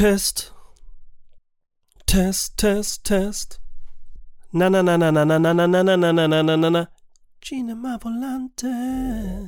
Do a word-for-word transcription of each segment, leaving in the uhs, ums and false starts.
Test. Test, Test, Test. Na na na na na na na na na na na na na na na. Cinema Volante.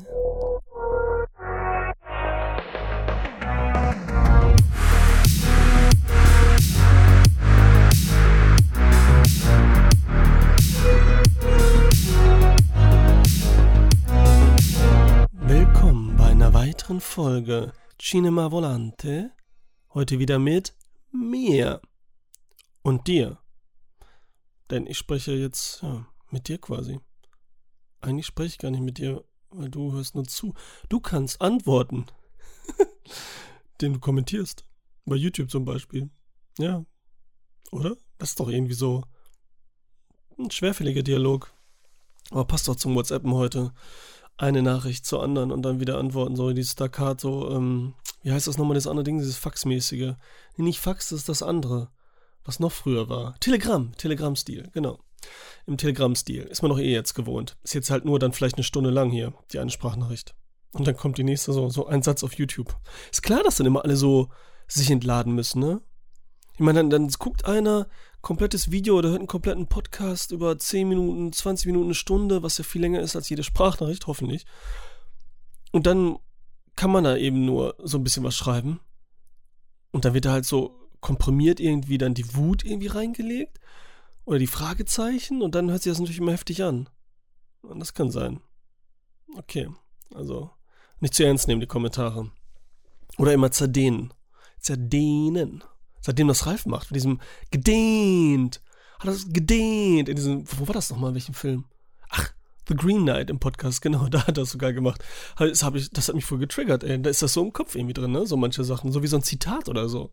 Willkommen bei einer weiteren Folge Cinema Volante. Heute wieder mit mir und dir. Denn ich spreche jetzt ja, mit dir quasi. Eigentlich spreche ich gar nicht mit dir, weil du hörst nur zu. Du kannst antworten, den du kommentierst. Bei YouTube zum Beispiel. Ja. Oder? Das ist doch irgendwie so ein schwerfälliger Dialog. Aber passt doch zum WhatsAppen heute. Eine Nachricht zur anderen und dann wieder antworten. So dieses Staccato, ähm, wie heißt das nochmal, das andere Ding, dieses Faxmäßige. Nee, nicht Fax, das ist das andere. Was noch früher war. Telegramm, Telegramm-Stil, genau. Im Telegramm-Stil. Ist man doch eh jetzt gewohnt. Ist jetzt halt nur dann vielleicht eine Stunde lang hier, die eine Sprachnachricht. Und dann kommt die nächste, so, so ein Satz auf YouTube. Ist klar, dass dann immer alle so sich entladen müssen, ne? Ich meine, dann, dann guckt einer komplettes Video oder hört einen kompletten Podcast über zehn Minuten, zwanzig Minuten, eine Stunde, was ja viel länger ist als jede Sprachnachricht, hoffentlich. Und dann kann man da eben nur so ein bisschen was schreiben. Und dann wird da halt so komprimiert irgendwie dann die Wut irgendwie reingelegt oder die Fragezeichen und dann hört sich das natürlich immer heftig an. Und das kann sein. Okay, also nicht zu ernst nehmen, die Kommentare. Oder immer zerdehnen. Zerdehnen. Seitdem das Ralf macht, mit diesem gedehnt. Hat das gedehnt. In diesem, wo war das nochmal, in welchem Film? Ach, The Green Knight im Podcast, genau, da hat er das sogar gemacht. Das, hab ich, das hat mich voll getriggert, ey. Da ist das so im Kopf irgendwie drin, ne? So manche Sachen, so wie so ein Zitat oder so.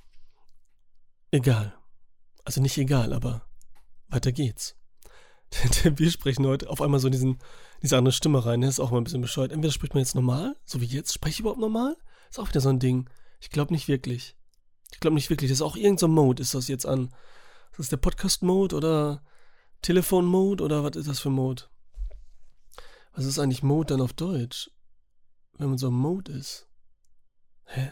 Egal. Also nicht egal, aber weiter geht's. Wir sprechen heute auf einmal so diesen, diese andere Stimme rein, ne? Ist auch mal ein bisschen bescheuert. Entweder spricht man jetzt normal, so wie jetzt. Spreche ich überhaupt normal? Ist auch wieder so ein Ding. Ich glaube nicht wirklich. Ich glaube nicht wirklich. Das ist auch irgendein so Mode, ist das jetzt an. Ist das der Podcast-Mode oder Telefon-Mode oder was ist das für Mode? Was ist eigentlich Mode dann auf Deutsch? Wenn man so im Mode ist. Hä?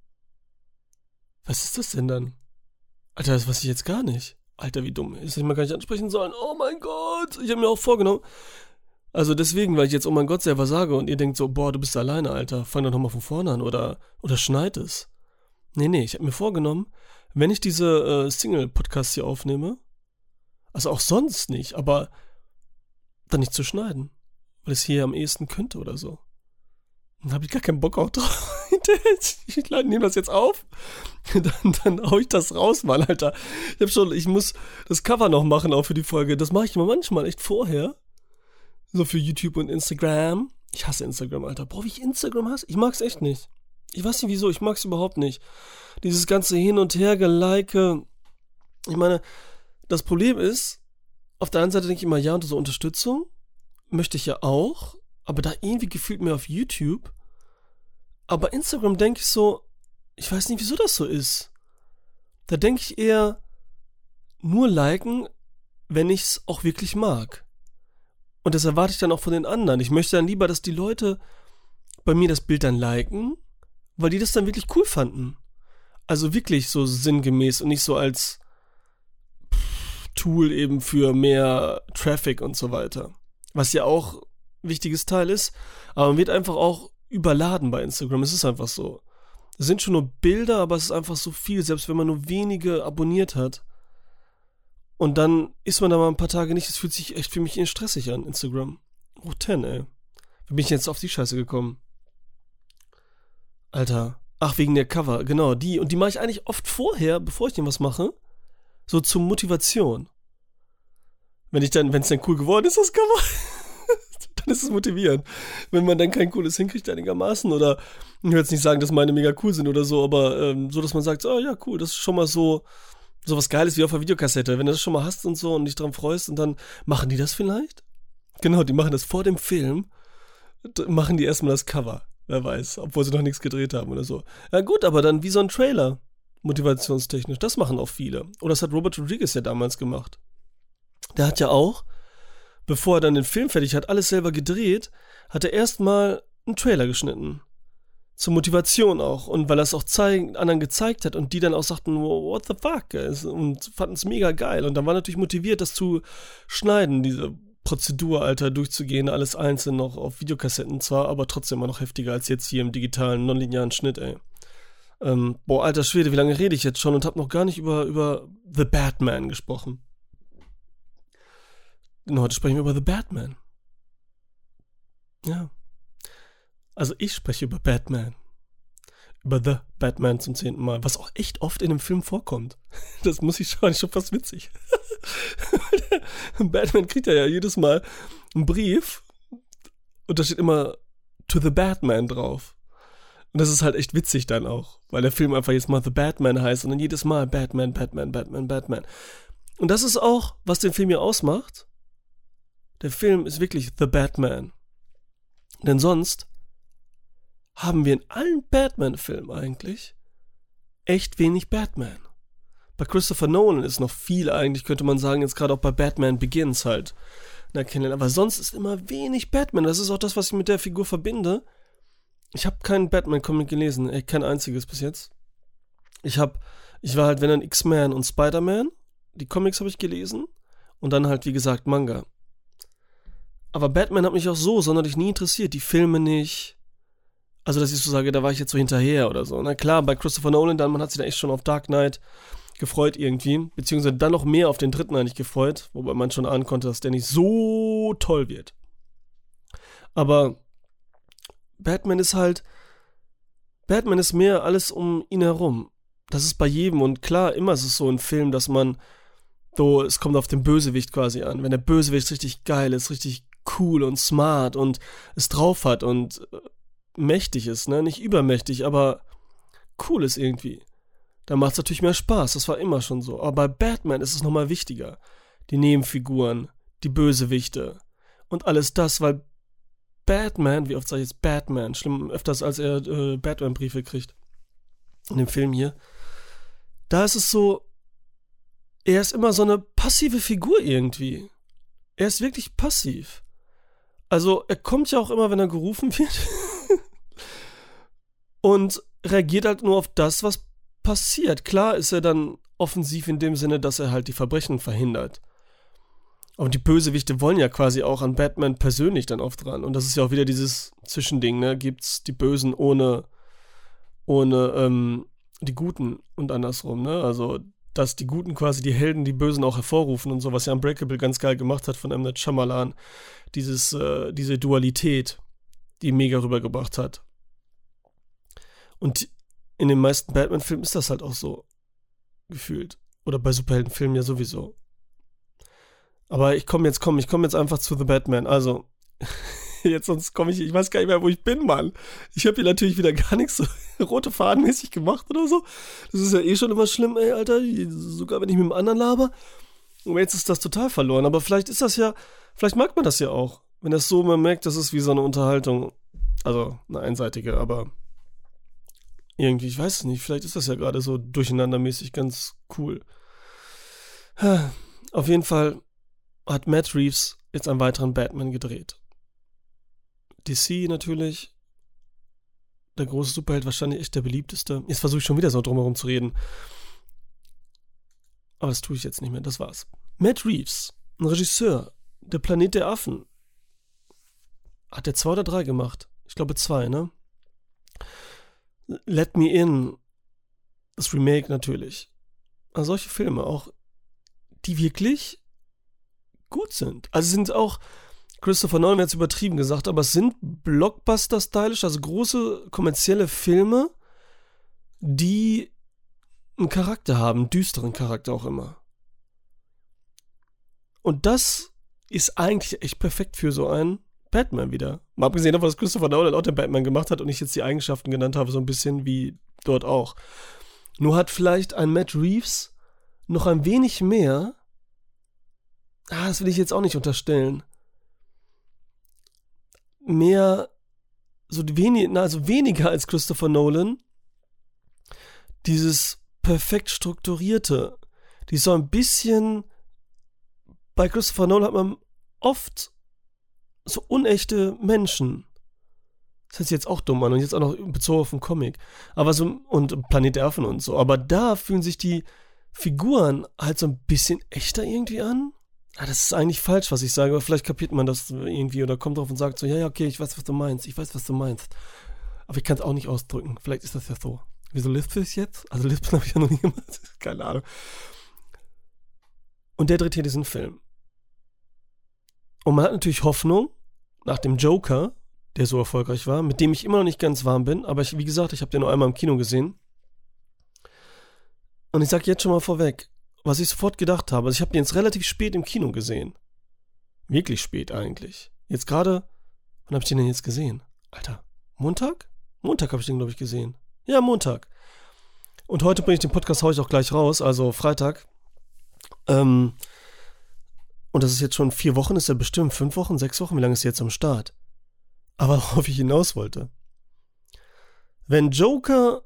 Was ist das denn dann? Alter, das weiß ich jetzt gar nicht. Alter, wie dumm. Das hätte ich mal gar nicht ansprechen sollen. Oh mein Gott. Ich habe mir auch vorgenommen. Also deswegen, weil ich jetzt oh mein Gott selber sage und ihr denkt so, boah, du bist alleine, Alter. Fang doch nochmal von vorne an oder, oder schneid es. Nee, nee, ich habe mir vorgenommen, wenn ich diese äh, Single-Podcasts hier aufnehme, also auch sonst nicht, aber dann nicht zu schneiden. Weil es hier am ehesten könnte oder so. Dann habe ich gar keinen Bock auch drauf. Ich nehme das jetzt auf, dann, dann hau ich das raus, Mann, Alter. Ich hab schon, ich muss das Cover noch machen, auch für die Folge. Das mache ich immer manchmal echt vorher. So für YouTube und Instagram. Ich hasse Instagram, Alter. Boah, wie ich Instagram hasse. Ich mag's echt nicht. Ich weiß nicht wieso, ich mag's überhaupt nicht. Dieses ganze Hin- und Her-Gelike. Ich meine, das Problem ist, auf der einen Seite denke ich immer, ja, und so Unterstützung möchte ich ja auch, aber da irgendwie gefühlt mehr auf YouTube. Aber Instagram denke ich so, ich weiß nicht, wieso das so ist. Da denke ich eher, nur liken, wenn ich es auch wirklich mag. Und das erwarte ich dann auch von den anderen. Ich möchte dann lieber, dass die Leute bei mir das Bild dann liken, weil die das dann wirklich cool fanden. Also wirklich so sinngemäß und nicht so als Tool eben für mehr Traffic und so weiter. Was ja auch ein wichtiges Teil ist, aber man wird einfach auch überladen bei Instagram. Es ist einfach so. Es sind schon nur Bilder, aber es ist einfach so viel, selbst wenn man nur wenige abonniert hat. Und dann ist man da mal ein paar Tage nicht, es fühlt sich echt für mich eh stressig an, Instagram. Oh, ten, ey. Wie bin ich jetzt auf die Scheiße gekommen? Alter. Ach, wegen der Cover, genau, die. Und die mache ich eigentlich oft vorher, bevor ich denn was mache. So zur Motivation. Wenn ich dann, wenn es dann cool geworden ist, das Cover, dann ist es motivierend. Wenn man dann kein cooles hinkriegt einigermaßen oder, ich will jetzt nicht sagen, dass meine mega cool sind oder so, aber ähm, so, dass man sagt, oh ja, cool, das ist schon mal so, so was Geiles wie auf der Videokassette. Wenn du das schon mal hast und so und dich dran freust und dann machen die das vielleicht? Genau, die machen das vor dem Film, machen die erstmal das Cover. Wer weiß, obwohl sie noch nichts gedreht haben oder so. Ja gut, aber dann wie so ein Trailer, motivationstechnisch. Das machen auch viele. Oder das hat Robert Rodriguez ja damals gemacht. Der hat ja auch, bevor er dann den Film fertig hat, alles selber gedreht, hat er erstmal einen Trailer geschnitten. zur Motivation auch. Und weil er es auch zeigen, anderen gezeigt hat und die dann auch sagten, what the fuck? Und fanden es mega geil. Und dann war natürlich motiviert, das zu schneiden, diese Prozedur, Alter, durchzugehen, alles einzeln noch auf Videokassetten zwar, aber trotzdem immer noch heftiger als jetzt hier im digitalen, nonlinearen Schnitt, ey. Ähm, boah, alter Schwede, wie lange rede ich jetzt schon und hab noch gar nicht über, über The Batman gesprochen. Und heute sprechen wir über The Batman. Ja. Also ich spreche über Batman. Über The Batman zum zehnten Mal, was auch echt oft in dem Film vorkommt. Das muss ich schon, ist schon fast witzig. Batman kriegt ja jedes Mal einen Brief und da steht immer To the Batman drauf. Und das ist halt echt witzig dann auch, weil der Film einfach jetzt mal The Batman heißt und dann jedes Mal Batman, Batman, Batman, Batman. Und das ist auch, was den Film hier ausmacht. Der Film ist wirklich The Batman. Denn sonst haben wir in allen Batman-Filmen eigentlich echt wenig Batman. Bei Christopher Nolan ist noch viel eigentlich, könnte man sagen, jetzt gerade auch bei Batman Begins halt. Aber sonst ist immer wenig Batman. Das ist auch das, was ich mit der Figur verbinde. Ich habe keinen Batman-Comic gelesen, ey, kein einziges bis jetzt. Ich habe, ich war halt, wenn dann X-Men und Spider-Man, die Comics habe ich gelesen und dann halt, wie gesagt, Manga. Aber Batman hat mich auch so sonderlich nie interessiert, die Filme nicht. Also, dass ich so sage, da war ich jetzt so hinterher oder so. Na klar, bei Christopher Nolan, dann, man hat sich da echt schon auf Dark Knight gefreut irgendwie. Beziehungsweise dann noch mehr auf den dritten eigentlich gefreut. Wobei man schon ahnen konnte, dass der nicht so toll wird. Aber Batman ist halt, Batman ist mehr alles um ihn herum. Das ist bei jedem. Und klar, immer ist es so ein Film, dass man so, es kommt auf den Bösewicht quasi an. Wenn der Bösewicht richtig geil ist, richtig cool und smart und es drauf hat und mächtig ist, ne? Nicht übermächtig, aber cool ist irgendwie. Da macht es natürlich mehr Spaß, das war immer schon so. Aber bei Batman ist es nochmal wichtiger. Die Nebenfiguren, die Bösewichte und alles das, weil Batman, wie oft sage ich jetzt Batman, schlimm öfters als er äh, Batman-Briefe kriegt. In dem Film hier. Da ist es so, er ist immer so eine passive Figur irgendwie. Er ist wirklich passiv. Also, er kommt ja auch immer, wenn er gerufen wird. Und reagiert halt nur auf das, was passiert. Klar ist er dann offensiv in dem Sinne, dass er halt die Verbrechen verhindert. Und die Bösewichte wollen ja quasi auch an Batman persönlich dann oft ran. Und das ist ja auch wieder dieses Zwischending, ne? Gibt's die Bösen ohne, ohne ähm, die Guten und andersrum, ne? Also, dass die Guten quasi die Helden, die Bösen auch hervorrufen und so, was ja Unbreakable ganz geil gemacht hat von M. Night Shyamalan. Dieses, äh, diese Dualität, die mega rübergebracht hat. Und in den meisten Batman-Filmen ist das halt auch so gefühlt. Oder bei Superheldenfilmen ja sowieso. Aber ich komme jetzt, komm, ich komme jetzt einfach zu The Batman. Also, jetzt sonst komme ich, ich weiß gar nicht mehr, wo ich bin, Mann. Ich habe hier natürlich wieder gar nichts so rote Fadenmäßig gemacht oder so. Das ist ja eh schon immer schlimm, ey, Alter. Sogar wenn ich mit dem anderen laber. Und jetzt ist das total verloren. Aber vielleicht ist das ja, vielleicht mag man das ja auch. Wenn das so, man merkt, das ist wie so eine Unterhaltung. Also, eine einseitige, aber irgendwie, ich weiß es nicht, vielleicht ist das ja gerade so durcheinandermäßig ganz cool. Auf jeden Fall hat Matt Reeves jetzt einen weiteren Batman gedreht. D C natürlich, der große Superheld, wahrscheinlich echt der beliebteste. Jetzt versuche ich schon wieder so drumherum zu reden. Aber das tue ich jetzt nicht mehr, das war's. Matt Reeves, ein Regisseur, der Planet der Affen. Hat der zwei oder drei gemacht? Ich glaube zwei, ne? Let Me In, das Remake natürlich. Also solche Filme auch, die wirklich gut sind. Also sind auch, Christopher Nolan hat es übertrieben gesagt, aber es sind Blockbuster-stylisch, also große kommerzielle Filme, die einen Charakter haben, einen düsteren Charakter auch immer. Und das ist eigentlich echt perfekt für so einen Batman wieder. Mal abgesehen davon, dass Christopher Nolan auch den Batman gemacht hat und ich jetzt die Eigenschaften genannt habe, so ein bisschen wie dort auch. Nur hat vielleicht ein Matt Reeves noch ein wenig mehr, ah, das will ich jetzt auch nicht unterstellen, mehr, so wenig, also weniger als Christopher Nolan, dieses perfekt strukturierte, die so ein bisschen, bei Christopher Nolan hat man oft so unechte Menschen. Das hört sich jetzt auch dumm an und jetzt auch noch bezogen auf den Comic. Aber so, und Planet der Affen und so. Aber da fühlen sich die Figuren halt so ein bisschen echter irgendwie an. Ah, das ist eigentlich falsch, was ich sage, aber vielleicht kapiert man das irgendwie oder kommt drauf und sagt so, ja, ja, okay, ich weiß, was du meinst, ich weiß, was du meinst. Aber ich kann es auch nicht ausdrücken. Vielleicht ist das ja so. Wieso lispel ich jetzt? Also lispeln habe ich ja noch nie gemacht. Keine Ahnung. Und der dreht hier diesen Film. Und man hat natürlich Hoffnung, nach dem Joker, der so erfolgreich war, mit dem ich immer noch nicht ganz warm bin, aber ich, wie gesagt, ich habe den nur einmal im Kino gesehen. Und ich sage jetzt schon mal vorweg, was ich sofort gedacht habe, also ich habe den jetzt relativ spät im Kino gesehen. Wirklich spät eigentlich. Jetzt gerade, wann habe ich den denn jetzt gesehen? Alter, Montag? Montag habe ich den, glaube ich, gesehen. Ja, Montag. Und heute bringe ich den Podcast, hau ich auch gleich raus, also Freitag. Ähm, und das ist jetzt schon vier Wochen, ist ja bestimmt fünf Wochen, sechs Wochen, wie lange ist er jetzt am Start? Aber worauf ich hinaus wollte. Wenn Joker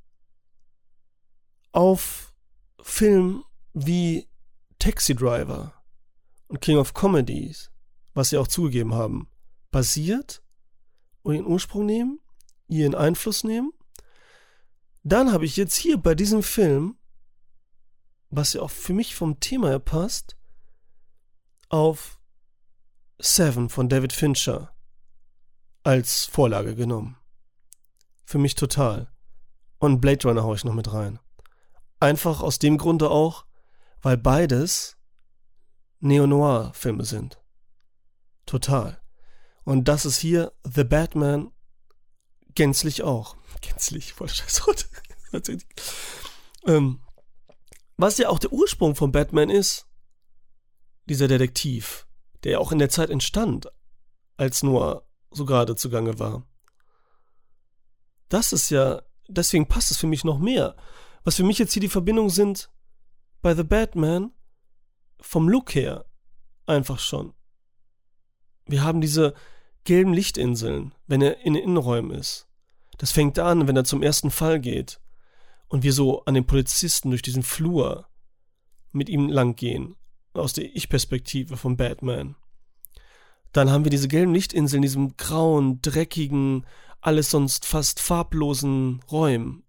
auf Film wie Taxi Driver und King of Comedies, was sie auch zugegeben haben, basiert und ihren Ursprung nehmen, ihren Einfluss nehmen, dann habe ich jetzt hier bei diesem Film, was ja auch für mich vom Thema her passt, auf Seven von David Fincher als Vorlage genommen. Für mich total. Und Blade Runner haue ich noch mit rein. Einfach aus dem Grunde auch, weil beides Neo-Noir-Filme sind. Total. Und das ist hier The Batman gänzlich auch. Gänzlich, voll scheiß Wort. ähm, was ja auch der Ursprung von Batman ist, dieser Detektiv, der ja auch in der Zeit entstand, als Noir so gerade zugange war. Das ist ja, deswegen passt es für mich noch mehr. Was für mich jetzt hier die Verbindungen sind, bei The Batman, vom Look her, einfach schon. Wir haben diese gelben Lichtinseln, wenn er in den Innenräumen ist. Das fängt an, wenn er zum ersten Fall geht und wir so an den Polizisten durch diesen Flur mit ihm lang gehen, aus der Ich-Perspektive von Batman. Dann haben wir diese gelben Lichtinseln in diesem grauen, dreckigen, alles sonst fast farblosen Räumen.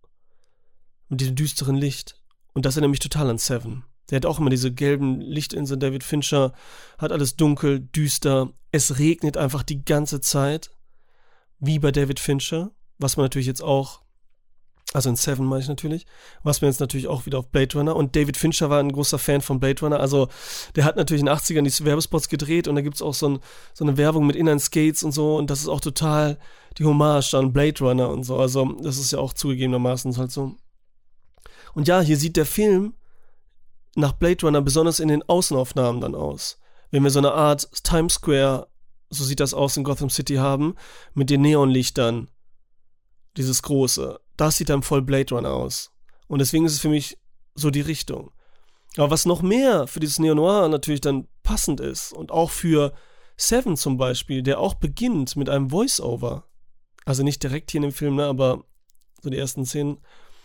Mit diesem düsteren Licht. Und das erinnert mich total an Seven. Der hat auch immer diese gelben Lichtinseln. David Fincher hat alles dunkel, düster. Es regnet einfach die ganze Zeit. Wie bei David Fincher. Was man natürlich jetzt auch, also in Seven meine ich natürlich, was man jetzt natürlich auch wieder auf Blade Runner. Und David Fincher war ein großer Fan von Blade Runner. Also der hat natürlich in den achtzigern die Werbespots gedreht und da gibt es auch so, ein, so eine Werbung mit Inline-Skates und so. Und das ist auch total die Hommage an Blade Runner und so. Also das ist ja auch zugegebenermaßen halt so. Und ja, hier sieht der Film nach Blade Runner besonders in den Außenaufnahmen dann aus. Wenn wir so eine Art Times Square, so sieht das aus in Gotham City haben, mit den Neonlichtern, dieses große, das sieht dann voll Blade Runner aus. Und deswegen ist es für mich so die Richtung. Aber was noch mehr für dieses Neo-Noir natürlich dann passend ist und auch für Seven zum Beispiel, der auch beginnt mit einem Voice-Over. Also nicht direkt hier in dem Film, ne, aber so die ersten Szenen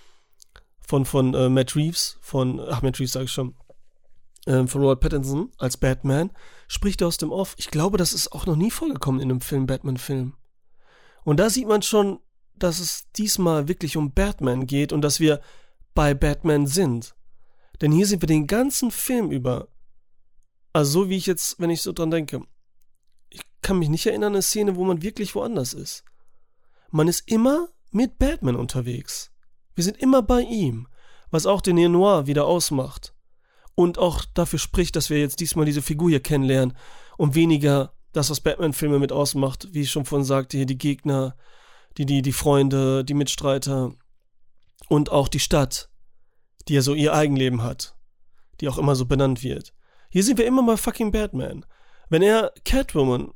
von, von äh, Matt Reeves, von, ach Matt Reeves sage ich schon, äh, von Robert Pattinson als Batman, spricht er aus dem Off. Ich glaube, das ist auch noch nie vorgekommen in einem Film, Batman-Film. Und da sieht man schon, dass es diesmal wirklich um Batman geht und dass wir bei Batman sind. Denn hier sind wir den ganzen Film über. Also so wie ich jetzt, wenn ich so dran denke, ich kann mich nicht erinnern an eine Szene, wo man wirklich woanders ist. Man ist immer mit Batman unterwegs. Wir sind immer bei ihm, was auch den Neo-Noir wieder ausmacht. Und auch dafür spricht, dass wir jetzt diesmal diese Figur hier kennenlernen und weniger das, was Batman-Filme mit ausmacht, wie ich schon vorhin sagte, hier die Gegner, die, die, die Freunde, die Mitstreiter und auch die Stadt, die ja so ihr Eigenleben hat, die auch immer so benannt wird. Hier sind wir immer mal fucking Batman. Wenn er Catwoman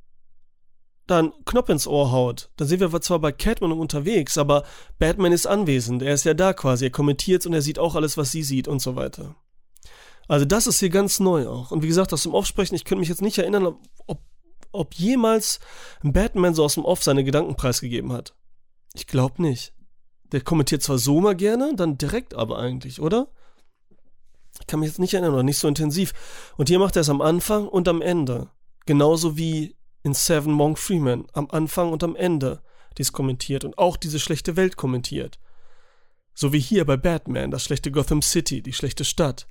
dann Knopf ins Ohr haut, dann sind wir zwar bei Catwoman unterwegs, aber Batman ist anwesend, er ist ja da quasi, er kommentiert und er sieht auch alles, was sie sieht und so weiter. Also das ist hier ganz neu auch. Und wie gesagt, aus dem Off-Sprechen, ich könnte mich jetzt nicht erinnern, ob, ob jemals ein Batman so aus dem Off seine Gedanken preisgegeben hat. Ich glaube nicht. Der kommentiert zwar so mal gerne, dann direkt aber eigentlich, oder? Ich kann mich jetzt nicht erinnern, oder nicht so intensiv. Und hier macht er es am Anfang und am Ende. Genauso wie in Seven Morgan Freeman. Am Anfang und am Ende. die es kommentiert und auch diese schlechte Welt kommentiert. So wie hier bei Batman, das schlechte Gotham City, die schlechte Stadt.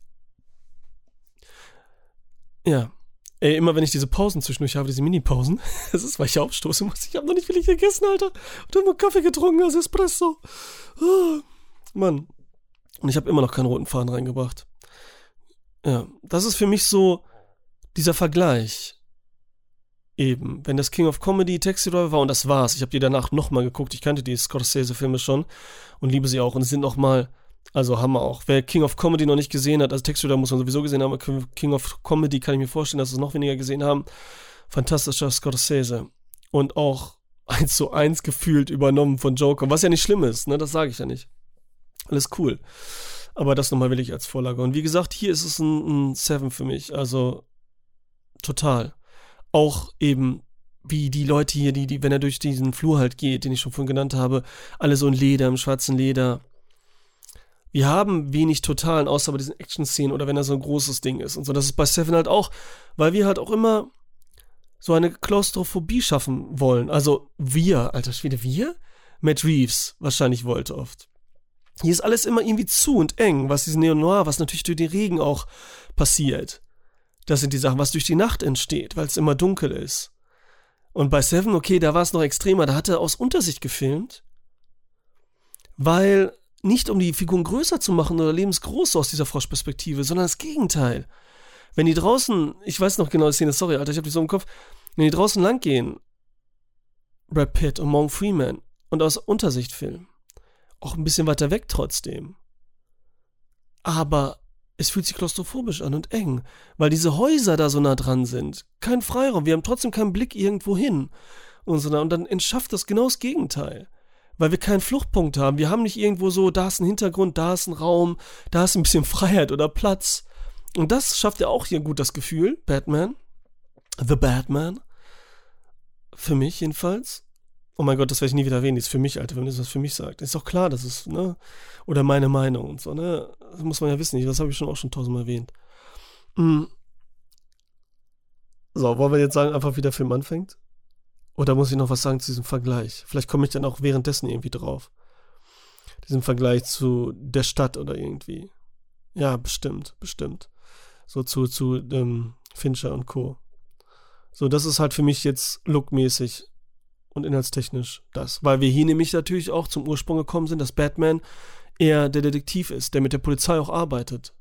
Ja, ey, immer wenn ich diese Pausen zwischendurch habe, diese Mini-Pausen, das ist, weil ich aufstoßen muss. Ich habe noch nicht viel gegessen, Alter. Und habe nur Kaffee getrunken, also Espresso. Oh, Mann. Und ich habe immer noch keinen roten Faden reingebracht. Ja, das ist für mich so dieser Vergleich. Eben, wenn das King of Comedy Taxi Driver war, und das war's. Ich habe die danach nochmal geguckt. Ich kannte die Scorsese-Filme schon und liebe sie auch. Und es sind nochmal, also Hammer auch. Wer King of Comedy noch nicht gesehen hat, also Taxi Driver muss man sowieso gesehen haben, aber King of Comedy kann ich mir vorstellen, dass es noch weniger gesehen haben. Fantastischer Scorsese. Und auch eins zu eins gefühlt übernommen von Joker. Was ja nicht schlimm ist, ne? Das sage ich ja nicht. Alles cool. Aber das nochmal will ich als Vorlage. Und wie gesagt, hier ist es ein, ein Seven für mich. Also total. Auch eben, wie die Leute hier, die, die, wenn er durch diesen Flur halt geht, den ich schon vorhin genannt habe, alle so in Leder, im schwarzen Leder. Wir haben wenig Totalen, außer bei diesen Action-Szenen oder wenn er so ein großes Ding ist und so. Das ist bei Seven halt auch, weil wir halt auch immer so eine Klaustrophobie schaffen wollen. Also wir, alter Schwede, wir? Matt Reeves wahrscheinlich wollte oft. Hier ist alles immer irgendwie zu und eng, was diesen Neo-Noir, was natürlich durch den Regen auch passiert. Das sind die Sachen, was durch die Nacht entsteht, weil es immer dunkel ist. Und bei Seven, okay, da war es noch extremer, da hat er aus Untersicht gefilmt, weil nicht um die Figuren größer zu machen oder lebensgroß aus dieser Froschperspektive, sondern das Gegenteil. Wenn die draußen, ich weiß noch genau die Szene, sorry, Alter, ich hab die so im Kopf, wenn die draußen lang gehen, Brad Pitt und Morgan Freeman und aus Untersicht filmen, auch ein bisschen weiter weg trotzdem. Aber es fühlt sich klaustrophobisch an und eng, weil diese Häuser da so nah dran sind. Kein Freiraum, wir haben trotzdem keinen Blick irgendwo hin. Und, so, und dann entschafft das genau das Gegenteil. Weil wir keinen Fluchtpunkt haben. Wir haben nicht irgendwo so, da ist ein Hintergrund, da ist ein Raum, da ist ein bisschen Freiheit oder Platz. Und das schafft ja auch hier gut das Gefühl, Batman. The Batman. Für mich jedenfalls. Oh mein Gott, das werde ich nie wieder erwähnen. Das ist für mich, Alter, wenn du das für mich sagst. Ist doch klar, das ist, ne? Oder meine Meinung und so, ne? Das muss man ja wissen. Das habe ich schon auch schon tausendmal erwähnt. Mhm. So, wollen wir jetzt sagen, einfach wie der Film anfängt? Oder muss ich noch was sagen zu diesem Vergleich? Vielleicht komme ich dann auch währenddessen irgendwie drauf. Diesen Vergleich zu der Stadt oder irgendwie. Ja, bestimmt, bestimmt. So zu, zu ähm, Fincher und Co. So, das ist halt für mich jetzt lookmäßig und inhaltstechnisch das. Weil wir hier nämlich natürlich auch zum Ursprung gekommen sind, dass Batman eher der Detektiv ist, der mit der Polizei auch arbeitet.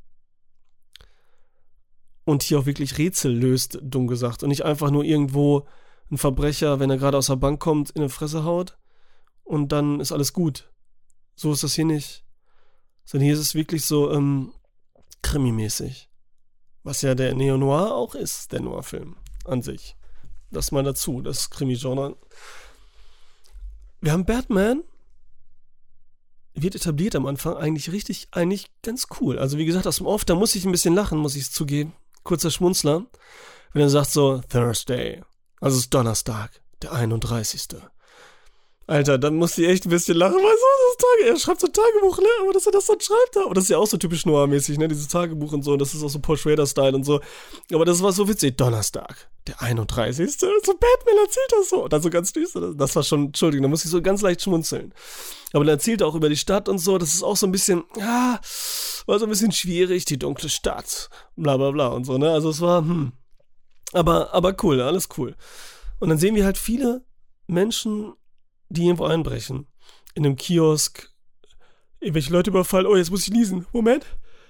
Und hier auch wirklich Rätsel löst, dumm gesagt. Und nicht einfach nur irgendwo ein Verbrecher, wenn er gerade aus der Bank kommt, in die Fresse haut und dann ist alles gut. So ist das hier nicht. Sondern hier ist es wirklich so ähm, krimimäßig. Was ja der Neo-Noir auch ist, der Noir-Film an sich. Das mal dazu, das Krimi-Genre. Wir haben Batman, wird etabliert am Anfang, eigentlich richtig, eigentlich ganz cool. Also wie gesagt, aus dem Off, da muss ich ein bisschen lachen, muss ich es zugeben. Kurzer Schmunzler. Wenn er sagt so, Thursday. Also es ist Donnerstag, der einunddreißigste Alter, dann muss ich echt ein bisschen lachen, weil so das Tage, er schreibt so ein Tagebuch, ne, aber dass er das dann schreibt, aber das ist ja auch so typisch Noir-mäßig, ne, dieses Tagebuch und so, und das ist auch so Paul Schrader-Style und so, aber das war so witzig, Donnerstag, der einunddreißigste So Batman erzählt das so, und dann so ganz düster, das war schon, Entschuldigung, da muss ich so ganz leicht schmunzeln, aber dann erzählt er auch über die Stadt und so, das ist auch so ein bisschen, ja, war so ein bisschen schwierig, die dunkle Stadt, bla bla bla und so, ne, also es war, hm, aber, aber cool, alles cool. Und dann sehen wir halt viele Menschen, die irgendwo einbrechen. In einem Kiosk. Irgendwelche Leute überfallen. Oh, jetzt muss ich niesen. Moment.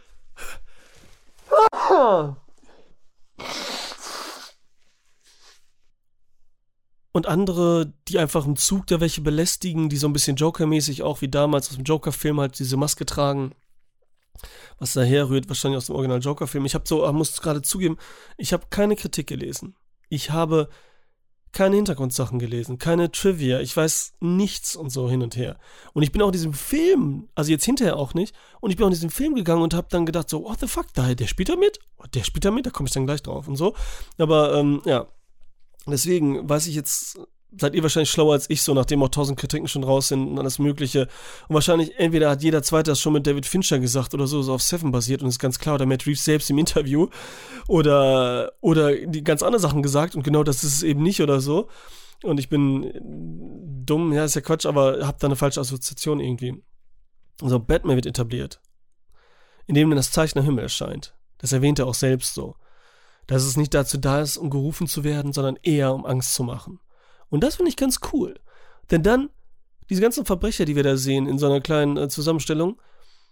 Und andere, die einfach im Zug da welche belästigen, die so ein bisschen Joker-mäßig auch wie damals aus dem Joker-Film halt diese Maske tragen. Was daher rührt, wahrscheinlich aus dem Original Joker-Film. Ich habe so, ich muss gerade zugeben, ich habe keine Kritik gelesen. Ich habe keine Hintergrundsachen gelesen, keine Trivia, ich weiß nichts und so hin und her. Und ich bin auch in diesem Film, also jetzt hinterher auch nicht, und ich bin auch in diesem Film gegangen und habe dann gedacht so, what the fuck, da, der spielt da mit? Oh, der spielt da mit? Da komme ich dann gleich drauf und so. Aber, ähm, ja, deswegen weiß ich jetzt, seid ihr wahrscheinlich schlauer als ich, so nachdem auch tausend Kritiken schon raus sind und alles Mögliche. Und wahrscheinlich, entweder hat jeder Zweite das schon mit David Fincher gesagt oder so, so auf Seven basiert und ist ganz klar, oder Matt Reeves selbst im Interview oder, oder die ganz andere Sachen gesagt und genau das ist es eben nicht oder so. und ich bin dumm, ja, ist ja Quatsch, aber hab da eine falsche Assoziation irgendwie. So, Batman wird etabliert, indem dann das Zeichen am Himmel erscheint. Das erwähnt er auch selbst so. Dass es nicht dazu da ist, um gerufen zu werden, sondern eher, um Angst zu machen. Und das finde ich ganz cool. Denn dann, diese ganzen Verbrecher, die wir da sehen, in so einer kleinen äh, Zusammenstellung,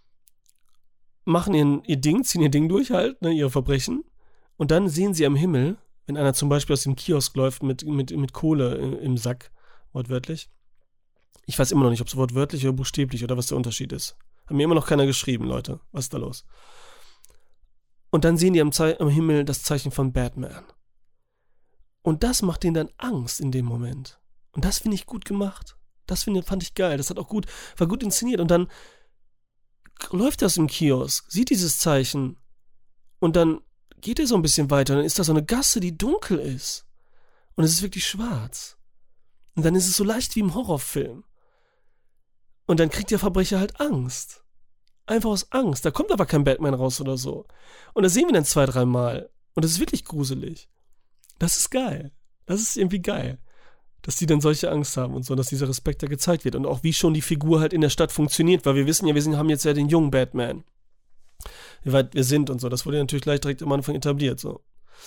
machen ihren, ihr Ding, ziehen ihr Ding durch halt, ne, ihre Verbrechen. Und dann sehen sie am Himmel, wenn einer zum Beispiel aus dem Kiosk läuft mit, mit, mit Kohle im, im Sack, wortwörtlich. Ich weiß immer noch nicht, ob es wortwörtlich oder buchstäblich oder was der Unterschied ist. Hat mir immer noch keiner geschrieben, Leute. Was ist da los? Und dann sehen die am, Ze- am Himmel das Zeichen von Batman. Und das macht denen dann Angst in dem Moment. Und das finde ich gut gemacht. Das find, fand ich geil. Das hat auch gut, war gut inszeniert. Und dann läuft er aus dem Kiosk, sieht dieses Zeichen und dann geht er so ein bisschen weiter. Und dann ist da so eine Gasse, die dunkel ist. Und es ist wirklich schwarz. Und dann ist es so leicht wie im Horrorfilm. Und dann kriegt der Verbrecher halt Angst. Einfach aus Angst. Da kommt aber kein Batman raus oder so. Und das sehen wir dann zwei, dreimal. Und das ist wirklich gruselig. Das ist geil. Das ist irgendwie geil. Dass die dann solche Angst haben und so, dass dieser Respekt da gezeigt wird. Und auch wie schon die Figur halt in der Stadt funktioniert. Weil wir wissen ja, wir sind, haben jetzt ja den jungen Batman. Wie weit wir sind und so. Das wurde natürlich gleich direkt am Anfang etabliert. So.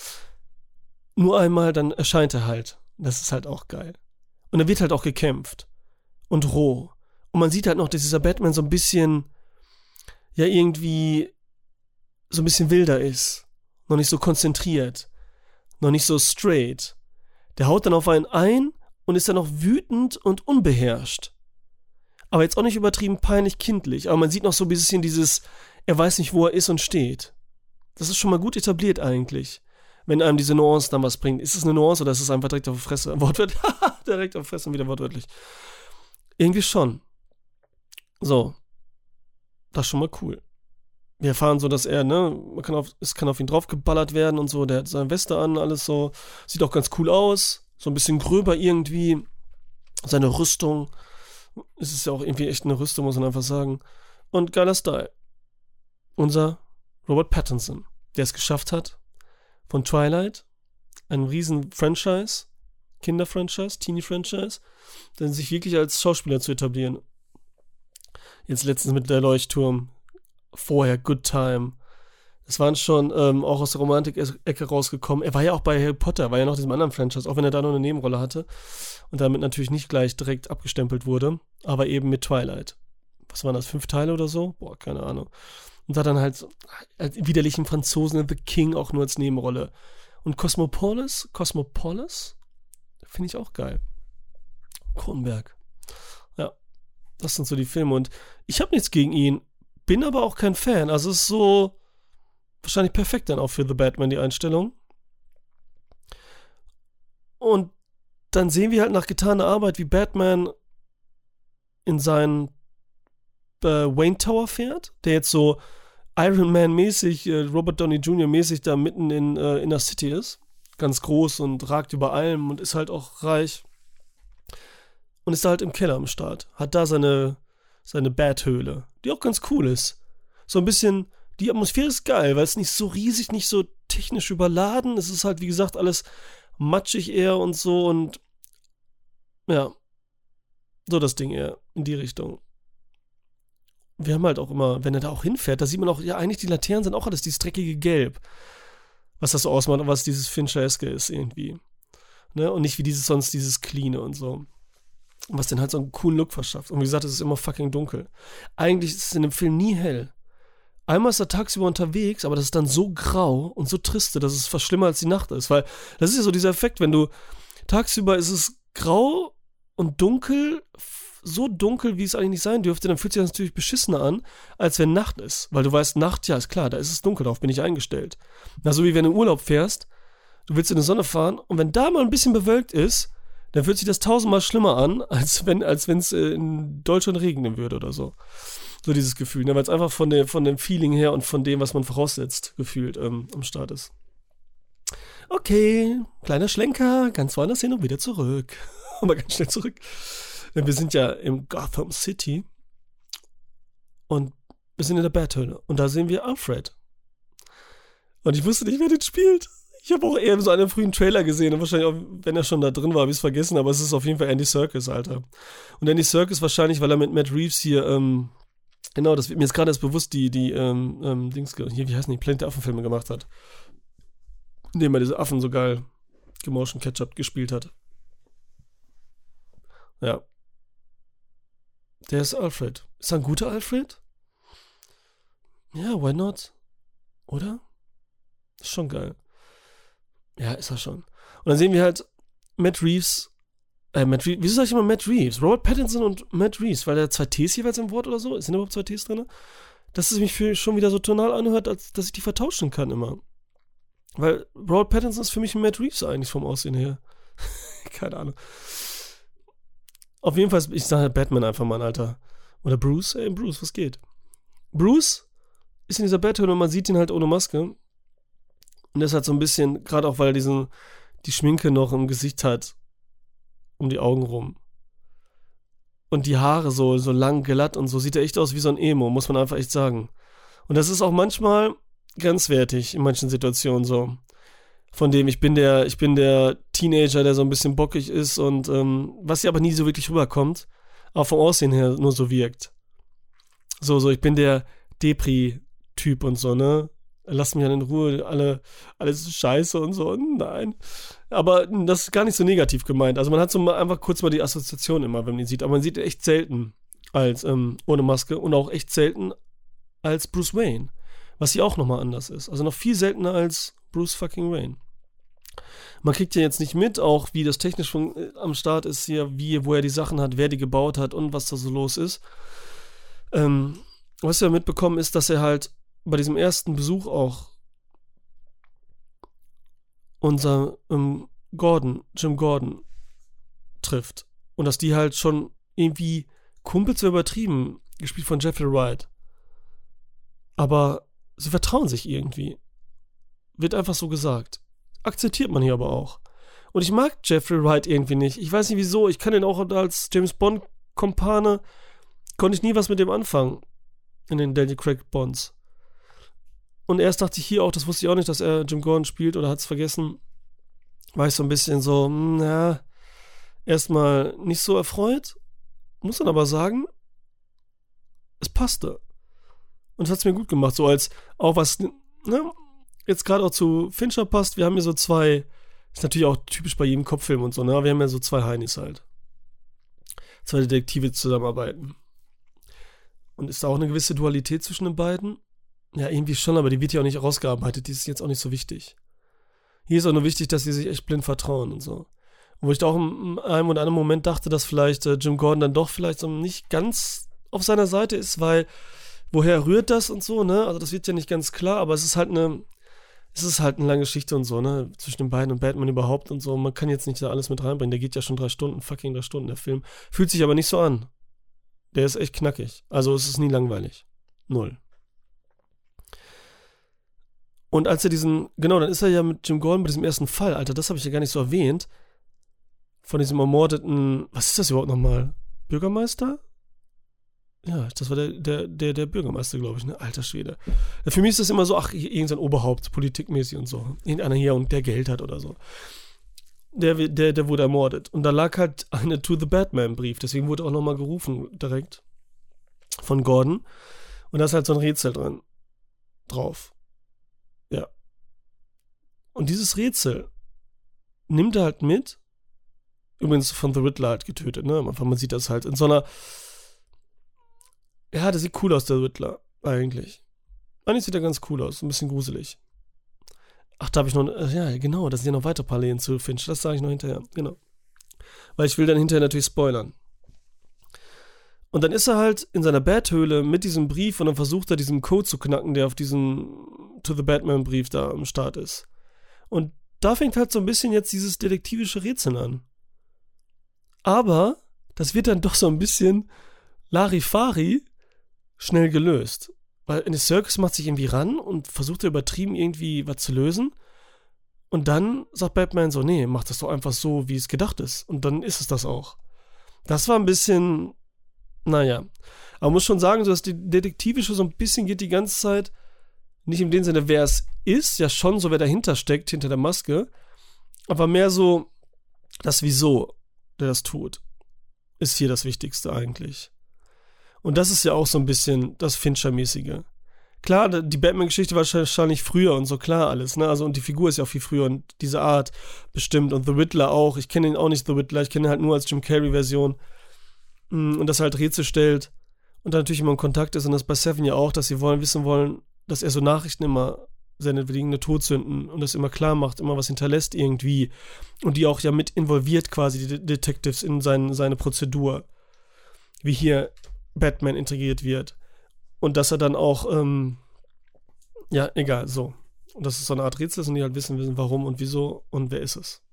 Nur einmal, dann erscheint er halt. Das ist halt auch geil. Und dann wird halt auch gekämpft. Und roh. Und man sieht halt noch, dass dieser Batman so ein bisschen ja irgendwie so ein bisschen wilder ist. Noch nicht so konzentriert. Noch nicht so straight. Der haut dann auf einen ein und ist dann auch wütend und unbeherrscht. Aber jetzt auch nicht übertrieben peinlich kindlich. Aber man sieht noch so ein bisschen dieses, er weiß nicht, wo er ist und steht. Das ist schon mal gut etabliert eigentlich. Wenn einem diese Nuance dann was bringt. Ist es eine Nuance oder ist es einfach direkt auf die Fresse? Wortwörtlich. Direkt auf die Fresse und wieder wortwörtlich. Irgendwie schon. So. Das ist schon mal cool. Wir erfahren so, dass er, ne, man kann auf, es kann auf ihn draufgeballert werden und so, der hat seine Weste an, alles so, sieht auch ganz cool aus, so ein bisschen gröber irgendwie, seine Rüstung, es ist ja auch irgendwie echt eine Rüstung, muss man einfach sagen, und geiler Style. Unser Robert Pattinson, der es geschafft hat, von Twilight, einem riesen Franchise, Kinder-Franchise, Teenie-Franchise, dann sich wirklich als Schauspieler zu etablieren. Jetzt letztens mit der Leuchtturm. Vorher Good Time. Das waren schon ähm, auch aus der Romantik-Ecke rausgekommen. Er war ja auch bei Harry Potter, war ja noch diesem anderen Franchise, auch wenn er da noch eine Nebenrolle hatte. Und damit natürlich nicht gleich direkt abgestempelt wurde. Aber eben mit Twilight. Was waren das, fünf Teile oder so? Boah, keine Ahnung. Und da dann halt so, als widerlichen Franzosen in The King auch nur als Nebenrolle. Und Cosmopolis? Cosmopolis? Finde ich auch geil. Kronberg. Ja. Das sind so die Filme und ich habe nichts gegen ihn, bin aber auch kein Fan. Also es ist so wahrscheinlich perfekt dann auch für The Batman die Einstellung. Und dann sehen wir halt nach getaner Arbeit, wie Batman in seinen äh, Wayne Tower fährt, der jetzt so Iron Man-mäßig, äh, Robert Downey Junior mäßig da mitten in, äh, in der City ist. Ganz groß und ragt über allem und ist halt auch reich. Und ist da halt im Keller am Start. Hat da seine, seine Bat-Höhle, die auch ganz cool ist. So ein bisschen, die Atmosphäre ist geil, weil es nicht so riesig, nicht so technisch überladen. Es ist halt, wie gesagt, alles matschig eher und so und ja, so das Ding eher in die Richtung. Wir haben halt auch immer, wenn er da auch hinfährt, da sieht man auch, ja, eigentlich die Laternen sind auch alles dieses dreckige Gelb. Was das so ausmacht und was dieses Fincher-eske ist irgendwie. Ne? Und nicht wie dieses sonst, dieses Cleane und so. Was den halt so einen coolen Look verschafft. Und wie gesagt, es ist immer fucking dunkel. Eigentlich ist es in dem Film nie hell. Einmal ist er tagsüber unterwegs, aber das ist dann so grau und so triste, dass es fast schlimmer als die Nacht ist. Weil das ist ja so dieser Effekt, wenn du tagsüber ist es grau und dunkel, so dunkel, wie es eigentlich nicht sein dürfte, dann fühlt sich das natürlich beschissener an, als wenn Nacht ist. Weil du weißt, Nacht, ja, ist klar, da ist es dunkel, darauf bin ich eingestellt. Na, so wie wenn du in Urlaub fährst, du willst in die Sonne fahren und wenn da mal ein bisschen bewölkt ist, dann fühlt sich das tausendmal schlimmer an, als wenn als wenn es in Deutschland regnen würde oder so. So dieses Gefühl, ne? Weil es einfach von, der, von dem Feeling her und von dem, was man voraussetzt, gefühlt ähm, am Start ist. Okay, kleiner Schlenker, ganz woanders hin und wieder zurück. Aber ganz schnell zurück. Denn wir sind ja im Gotham City und wir sind in der Bathöhle. Und da sehen wir Alfred. Und ich wusste nicht, wer den spielt. Ich habe auch eher so einen frühen Trailer gesehen und wahrscheinlich auch, wenn er schon da drin war, habe ich es vergessen, aber es ist auf jeden Fall Andy Serkis, Alter. Und Andy Serkis wahrscheinlich, weil er mit Matt Reeves hier, ähm, genau, das wird mir jetzt gerade erst bewusst, die, die, ähm, ähm, Dings, hier, wie heißen die, Planet der Affen-Filme gemacht hat. Indem er diese Affen so geil gemotion Ketchup gespielt hat. Ja. Der ist Alfred. Ist er ein guter Alfred? Ja, why not? Oder? Ist schon geil. Ja, ist er schon. Und dann sehen wir halt Matt Reeves, äh, Matt Reeves, wieso sag ich immer Matt Reeves? Robert Pattinson und Matt Reeves, weil da zwei Ts jeweils im Wort oder so? Sind da überhaupt zwei Ts drin? Dass es mich für schon wieder so tonal anhört, als dass ich die vertauschen kann immer. Weil Robert Pattinson ist für mich ein Matt Reeves eigentlich vom Aussehen her. Keine Ahnung. Auf jeden Fall, ich sage Batman einfach mal, Alter. Oder Bruce, ey, Bruce, was geht? Bruce ist in dieser Bathöhle und man sieht ihn halt ohne Maske. Und das hat so ein bisschen, gerade auch weil er diesen, die Schminke noch im Gesicht hat, um die Augen rum. Und die Haare so, so lang, glatt und so, sieht er echt aus wie so ein Emo, muss man einfach echt sagen. Und das ist auch manchmal grenzwertig in manchen Situationen so. Von dem, ich bin der, ich bin der Teenager, der so ein bisschen bockig ist und ähm, was ja aber nie so wirklich rüberkommt, auch vom Aussehen her nur so wirkt. So, so, ich bin der Depri-Typ und so, ne? Lasst mich dann in Ruhe, alle, alles ist scheiße und so, nein. Aber das ist gar nicht so negativ gemeint. Also man hat so mal einfach kurz mal die Assoziation immer, wenn man ihn sieht. Aber man sieht ihn echt selten als ähm, ohne Maske und auch echt selten als Bruce Wayne. Was hier auch nochmal anders ist. Also noch viel seltener als Bruce fucking Wayne. Man kriegt ja jetzt nicht mit, auch wie das technisch von, äh, am Start ist hier, wie, wo er die Sachen hat, wer die gebaut hat und was da so los ist. Ähm, was wir mitbekommen ist, dass er halt bei diesem ersten Besuch auch unser ähm, Gordon, Jim Gordon trifft. Und dass die halt schon irgendwie Kumpels übertrieben, gespielt von Jeffrey Wright. Aber sie vertrauen sich irgendwie. Wird einfach so gesagt. Akzeptiert man hier aber auch. Und ich mag Jeffrey Wright irgendwie nicht. Ich weiß nicht wieso. Ich kann ihn auch als James Bond-Kompane, konnte ich nie was mit dem anfangen. In den Daniel Craig Bonds. Und erst dachte ich hier auch, das wusste ich auch nicht, dass er Jim Gordon spielt oder hat es vergessen. War ich so ein bisschen so, na, erstmal nicht so erfreut. Muss dann aber sagen, es passte. Und es hat es mir gut gemacht, so als auch was, ne, jetzt gerade auch zu Fincher passt. Wir haben hier so zwei, ist natürlich auch typisch bei jedem Kopffilm und so, ne, wir haben ja so zwei Heinis halt. Zwei Detektive, die zusammenarbeiten. Und ist da auch eine gewisse Dualität zwischen den beiden? Ja, irgendwie schon, aber die wird ja auch nicht rausgearbeitet. Die ist jetzt auch nicht so wichtig. Hier ist auch nur wichtig, dass sie sich echt blind vertrauen und so. Und wo ich da auch in einem oder anderen Moment dachte, dass vielleicht äh, Jim Gordon dann doch vielleicht so nicht ganz auf seiner Seite ist, weil woher rührt das und so, ne? Also das wird ja nicht ganz klar, aber es ist halt eine, es ist halt eine lange Geschichte und so, ne? Zwischen den beiden und Batman überhaupt und so. Man kann jetzt nicht da alles mit reinbringen. Der geht ja schon drei Stunden, fucking drei Stunden, der Film. Fühlt sich aber nicht so an. Der ist echt knackig. Also es ist nie langweilig. Null. Und als er diesen, genau, dann ist er ja mit Jim Gordon bei diesem ersten Fall, Alter, das habe ich ja gar nicht so erwähnt, von diesem ermordeten, was ist das überhaupt nochmal? Bürgermeister? Ja, das war der, der, der, der Bürgermeister, glaube ich, ne? Alter Schwede. Für mich ist das immer so, ach, irgendein Oberhaupt, politikmäßig und so. Irgendeiner hier und der Geld hat oder so. Der, der, der wurde ermordet. Und da lag halt eine To the Batman-Brief, deswegen wurde auch nochmal gerufen, direkt, von Gordon. Und da ist halt so ein Rätsel drin. Drauf. Ja. Und dieses Rätsel nimmt er halt mit, übrigens von The Riddler halt getötet, ne? Man sieht das halt in so einer, ja, der sieht cool aus, der Riddler, eigentlich. Eigentlich sieht er ganz cool aus, ein bisschen gruselig. Ach, da habe ich noch, ja, genau, da sind ja noch weitere Parallelen zu Finch, das sage ich noch hinterher, genau. Weil ich will dann hinterher natürlich spoilern. Und dann ist er halt in seiner Bathöhle mit diesem Brief und dann versucht er diesen Code zu knacken, der auf diesem To the Batman Brief da am Start ist. Und da fängt halt so ein bisschen jetzt dieses detektivische Rätsel an. Aber das wird dann doch so ein bisschen Larifari schnell gelöst. Weil Andy Serkis macht sich irgendwie ran und versucht er übertrieben irgendwie was zu lösen. Und dann sagt Batman so, nee, mach das doch einfach so, wie es gedacht ist. Und dann ist es das auch. Das war ein bisschen, naja. Aber man muss schon sagen, so dass die Detektivische so ein bisschen geht die ganze Zeit Nicht in dem Sinne, wer es ist, ja schon so, wer dahinter steckt, hinter der Maske, aber mehr so das Wieso, der das tut, ist hier das Wichtigste eigentlich. Und das ist ja auch so ein bisschen das Fincher-mäßige. Klar, die Batman-Geschichte war wahrscheinlich früher und so, klar alles, ne? Also, und die Figur ist ja auch viel früher und diese Art bestimmt und The Riddler auch. Ich kenne ihn auch nicht, The Riddler, ich kenne ihn halt nur als Jim Carrey-Version. Und das halt Rätsel stellt und dann natürlich immer in Kontakt ist und das bei Seven ja auch, dass sie wollen, wissen wollen, dass er so Nachrichten immer sendet wegen eine Todsünden und das immer klar macht, immer was hinterlässt irgendwie und die auch ja mit involviert quasi, die Detectives in sein, seine Prozedur, wie hier Batman integriert wird und dass er dann auch, ähm, ja, egal, so. Und das ist so eine Art Rätsel und die halt wissen, wissen, warum und wieso und wer ist es.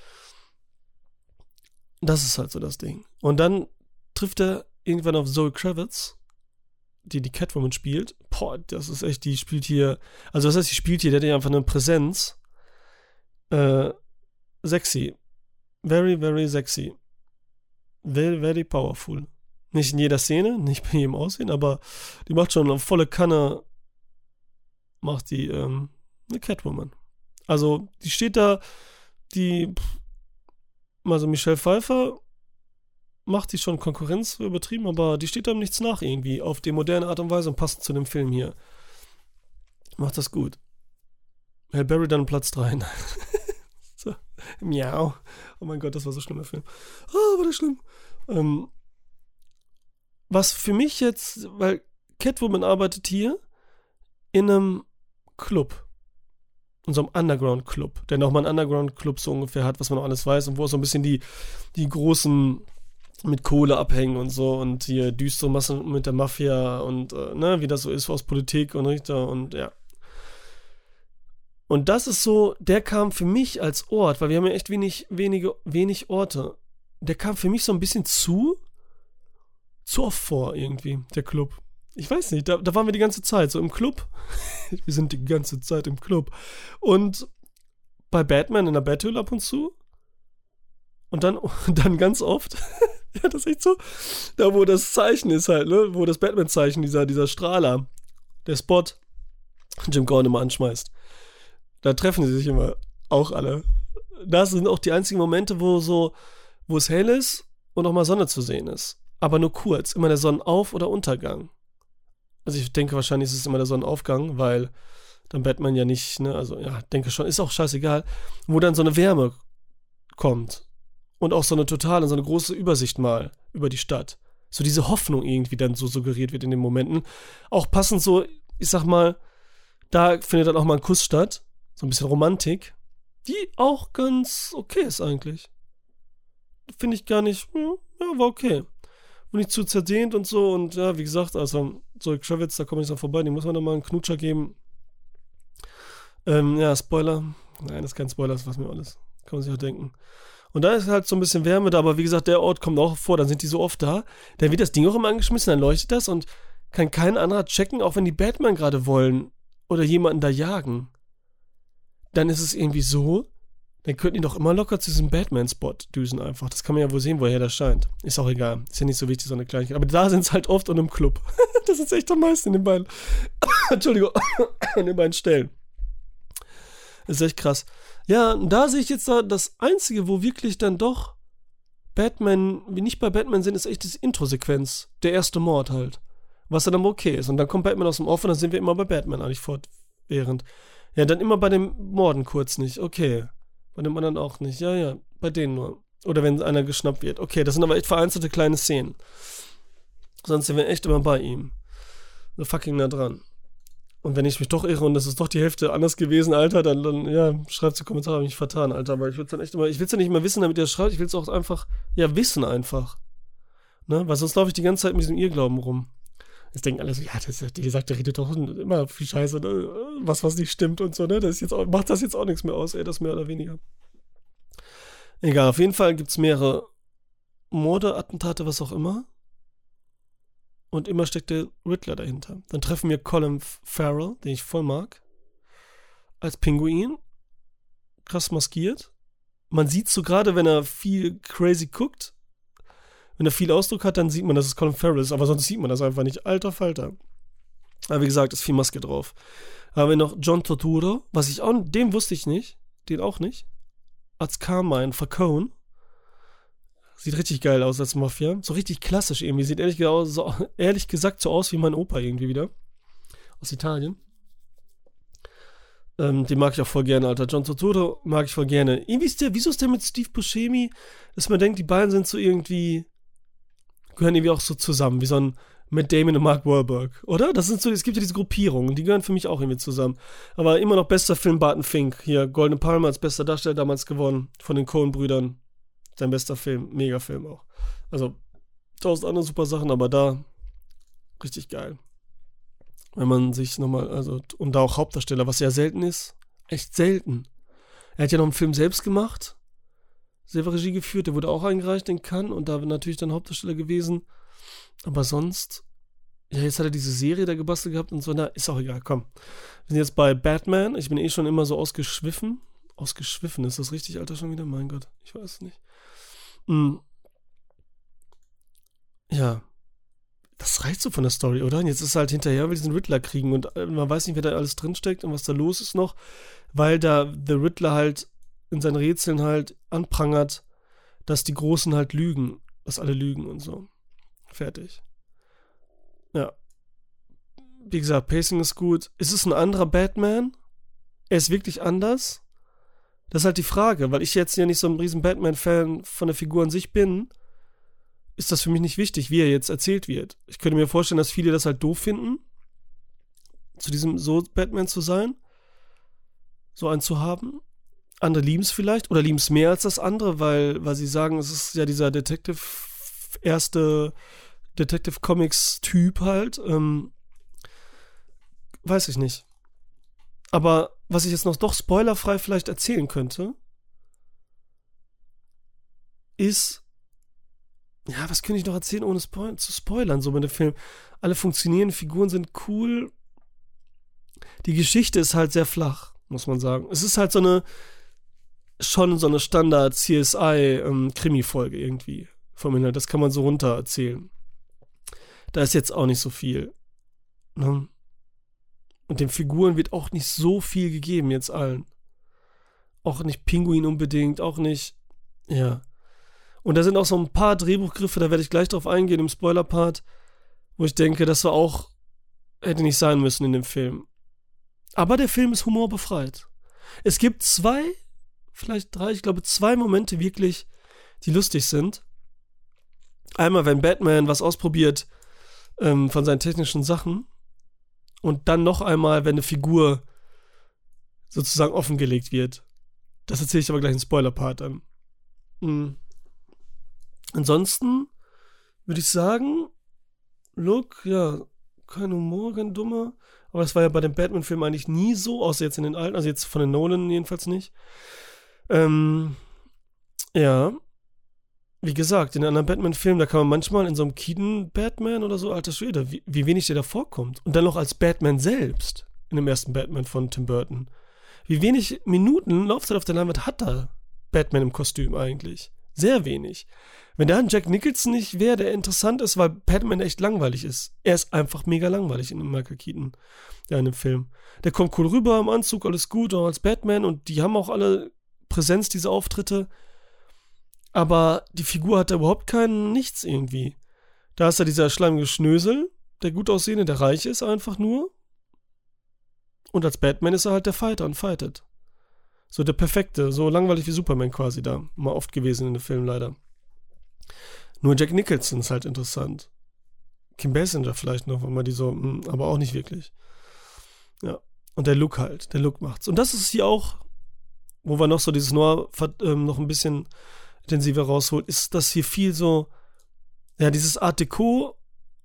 Das ist halt so das Ding. Und dann trifft er irgendwann auf Zoe Kravitz, die die Catwoman spielt. Boah, das ist echt, die spielt hier, also was heißt, die spielt hier, der hat ja einfach eine Präsenz. Äh, sexy. Very, very sexy. Very, very powerful. Nicht in jeder Szene, nicht bei jedem Aussehen, aber die macht schon eine volle Kanne, macht die, ähm, eine Catwoman. Also, die steht da, die, also Michelle Pfeiffer macht die schon Konkurrenz, übertrieben, aber die steht einem nichts nach irgendwie, auf die moderne Art und Weise und passend zu dem Film hier. Macht das gut. Halle Berry dann Platz drei. So. Miau. Oh mein Gott, das war so schlimm, der Film. Oh, war das schlimm. Ähm, was für mich jetzt, weil Catwoman arbeitet hier in einem Club. In so einem Underground-Club, der nochmal einen Underground-Club so ungefähr hat, was man auch alles weiß und wo so ein bisschen die, die großen mit Kohle abhängen und so und hier düstere Massen mit der Mafia und äh, ne, wie das so ist aus Politik und Richter und ja. Und das ist so, der kam für mich als Ort, weil wir haben ja echt wenig, wenige, wenig Orte, der kam für mich so ein bisschen zu, zu oft vor irgendwie, der Club. Ich weiß nicht, da, da waren wir die ganze Zeit so im Club. Wir sind die ganze Zeit im Club. Und bei Batman in der Betthöhle ab und zu. Und dann, und dann ganz oft, ja, das ist echt so, da wo das Zeichen ist halt, ne, wo das Batman-Zeichen, dieser, dieser Strahler, der Spot, Jim Gordon immer anschmeißt. Da treffen sie sich immer auch alle. Das sind auch die einzigen Momente, wo so, wo es hell ist und auch mal Sonne zu sehen ist. Aber nur kurz, immer der Sonnenauf- oder Untergang. Also ich denke, wahrscheinlich ist es immer der Sonnenaufgang, weil dann Batman ja nicht, ne, also ja, denke schon, ist auch scheißegal, wo dann so eine Wärme kommt und auch so eine totale, so eine große Übersicht mal über die Stadt. So diese Hoffnung irgendwie dann so suggeriert wird in den Momenten. Auch passend so, ich sag mal, da findet dann auch mal ein Kuss statt, so ein bisschen Romantik, die auch ganz okay ist eigentlich. Finde ich gar nicht, ja, war okay. Und nicht zu zerdehnt und so und ja, wie gesagt, also Zoe Kravitz, da komme ich noch vorbei, die muss man dann mal einen Knutscher geben. Ähm, ja, Spoiler. Nein, das ist kein Spoiler, das weiß mir alles. Kann man sich auch denken. Und da ist halt so ein bisschen Wärme da, aber wie gesagt, der Ort kommt auch vor, dann sind die so oft da. Dann wird das Ding auch immer angeschmissen, dann leuchtet das und kann kein anderer checken, auch wenn die Batman gerade wollen oder jemanden da jagen. Dann ist es irgendwie so, dann könnten die doch immer locker zu diesem Batman-Spot düsen einfach. Das kann man ja wohl sehen, woher das scheint. Ist auch egal. Ist ja nicht so wichtig, so eine Kleinigkeit. Aber da sind es halt oft und im Club. Das ist echt am meisten in den beiden. Entschuldigung. In den beiden Stellen. Das ist echt krass. Ja, da sehe ich jetzt da das Einzige, wo wirklich dann doch Batman, wie nicht bei Batman sind, ist echt diese Intro-Sequenz. Der erste Mord halt. Was dann aber okay ist. Und dann kommt Batman aus dem Off und dann sind wir immer bei Batman eigentlich fortwährend. Ja, dann immer bei dem Morden kurz nicht. Okay. Bei dem anderen auch nicht. Ja, ja, bei denen nur. Oder wenn einer geschnappt wird. Okay, das sind aber echt vereinzelte kleine Szenen. Sonst sind wir echt immer bei ihm. So fucking nah dran. Und wenn ich mich doch irre und das ist doch die Hälfte anders gewesen, Alter, dann, dann ja, schreibt die Kommentare, hab ich mich vertan, Alter. Aber ich will es dann echt immer, ich will es ja nicht mal wissen, damit ihr schreibt, ich will es auch einfach, ja, wissen einfach. Ne? Weil sonst laufe ich die ganze Zeit mit diesem Irrglauben rum. Jetzt denken alle so, ja, das ist, wie gesagt, der redet doch immer viel Scheiße, ne? was, was nicht stimmt und so, ne? Das ist jetzt auch, macht das jetzt auch nichts mehr aus, ey, das mehr oder weniger. Egal, auf jeden Fall gibt es mehrere Morde, Attentate, was auch immer. Und immer steckt der Riddler dahinter. Dann treffen wir Colin Farrell, den ich voll mag, als Pinguin, krass maskiert. Man sieht so gerade, wenn er viel crazy guckt, wenn er viel Ausdruck hat, dann sieht man, dass es Colin Farrell ist, aber sonst sieht man das einfach nicht. Alter Falter. Aber wie gesagt, ist viel Maske drauf. Haben wir noch John Turturro, was ich auch, den wusste ich nicht, den auch nicht. Als Carmine Falcone. Sieht richtig geil aus als Mafia. So richtig klassisch irgendwie. Sieht ehrlich, so, ehrlich gesagt so aus wie mein Opa irgendwie wieder. Aus Italien. Ähm, den mag ich auch voll gerne, Alter. John Turturro mag ich voll gerne. Irgendwie ist der, wieso ist der mit Steve Buscemi, dass man denkt, die beiden sind so irgendwie, gehören irgendwie auch so zusammen, wie so ein Matt Damon und Mark Wahlberg, oder? Das sind so, es gibt ja diese Gruppierungen, die gehören für mich auch irgendwie zusammen. Aber immer noch bester Film Barton Fink. Hier, Goldene Palme als bester Darsteller damals gewonnen, von den Coen-Brüdern. Sein bester Film, mega Film auch. Also, tausend andere super Sachen, aber da richtig geil. Wenn man sich nochmal, also, und da auch Hauptdarsteller, was ja selten ist, echt selten. Er hat ja noch einen Film selbst gemacht, selber Regie geführt, der wurde auch eingereicht in Cannes und da natürlich dann Hauptdarsteller gewesen. Aber sonst, ja, jetzt hat er diese Serie da gebastelt gehabt und so, na, ist auch egal, komm. Wir sind jetzt bei Batman, ich bin eh schon immer so ausgeschwiffen. Ausgeschwiffen, ist das richtig, Alter, schon wieder? Mein Gott, ich weiß es nicht. Mhm. Ja, das reicht so von der Story, oder? Und jetzt ist halt hinterher, weil wir diesen Riddler kriegen und man weiß nicht, wer da alles drinsteckt und was da los ist noch, weil da der Riddler halt in seinen Rätseln halt anprangert, dass die Großen halt lügen, dass alle lügen und so. Fertig. Ja. Wie gesagt, Pacing ist gut. Ist es ein anderer Batman? Er ist wirklich anders? Das ist halt die Frage, weil ich jetzt ja nicht so ein riesen Batman-Fan von der Figur an sich bin, ist das für mich nicht wichtig, wie er jetzt erzählt wird. Ich könnte mir vorstellen, dass viele das halt doof finden, zu diesem so Batman zu sein, so einen zu haben. Andere lieben es vielleicht oder lieben es mehr als das andere, weil, weil sie sagen, es ist ja dieser Detective, erste Detective Comics-Typ halt. Ähm, weiß ich nicht. Aber was ich jetzt noch doch spoilerfrei vielleicht erzählen könnte, ist, ja, was könnte ich noch erzählen, ohne Spo- zu spoilern, so mit dem Film. Alle funktionieren, Figuren sind cool. Die Geschichte ist halt sehr flach, muss man sagen. Es ist halt so eine, schon so eine Standard-C S I-Krimi-Folge irgendwie vom Inhalt. Das kann man so runter erzählen. Da ist jetzt auch nicht so viel. Ne? Und den Figuren wird auch nicht so viel gegeben, jetzt allen. Auch nicht Pinguin unbedingt, auch nicht, ja. Und da sind auch so ein paar Drehbuchgriffe, da werde ich gleich drauf eingehen im Spoiler-Part, wo ich denke, das war auch, hätte nicht sein müssen in dem Film. Aber der Film ist humorbefreit. Es gibt zwei, vielleicht drei, ich glaube zwei Momente wirklich, die lustig sind. Einmal, wenn Batman was ausprobiert ähm, von seinen technischen Sachen. Und dann noch einmal, wenn eine Figur sozusagen offengelegt wird. Das erzähle ich aber gleich im Spoiler-Part an. Mhm. Ansonsten würde ich sagen, Look, ja, kein Humor, kein dummer. Aber das war ja bei dem Batman-Film eigentlich nie so, außer jetzt in den alten, also jetzt von den Nolan jedenfalls nicht. Ähm, ja. Wie gesagt, in den anderen Batman-Filmen, da kann man manchmal in so einem Keaton-Batman oder so, alter Schwede, wie, wie wenig der da vorkommt. Und dann noch als Batman selbst, in dem ersten Batman von Tim Burton. Wie wenig Minuten Laufzeit auf der Leinwand hat da Batman im Kostüm eigentlich? Sehr wenig. Wenn da ein Jack Nicholson nicht wäre, der interessant ist, weil Batman echt langweilig ist. Er ist einfach mega langweilig in dem Michael Keaton, ja, in dem Film. Der kommt cool rüber im Anzug, alles gut, auch als Batman und die haben auch alle Präsenz, diese Auftritte. Aber die Figur hat da überhaupt keinen Nichts irgendwie. Da ist ja dieser schleimige Schnösel, der gut aussehende, der reich ist einfach nur. Und als Batman ist er halt der Fighter und fightet. So der perfekte, so langweilig wie Superman quasi da. Mal oft gewesen in dem Film leider. Nur Jack Nicholson ist halt interessant. Kim Basinger vielleicht noch, wenn man die so, aber auch nicht wirklich. Ja. Und der Look halt, der Look macht's. Und das ist hier auch, wo wir noch so dieses Noir ähm, noch ein bisschen intensiver rausholt, ist das hier viel so, ja, dieses Art Deco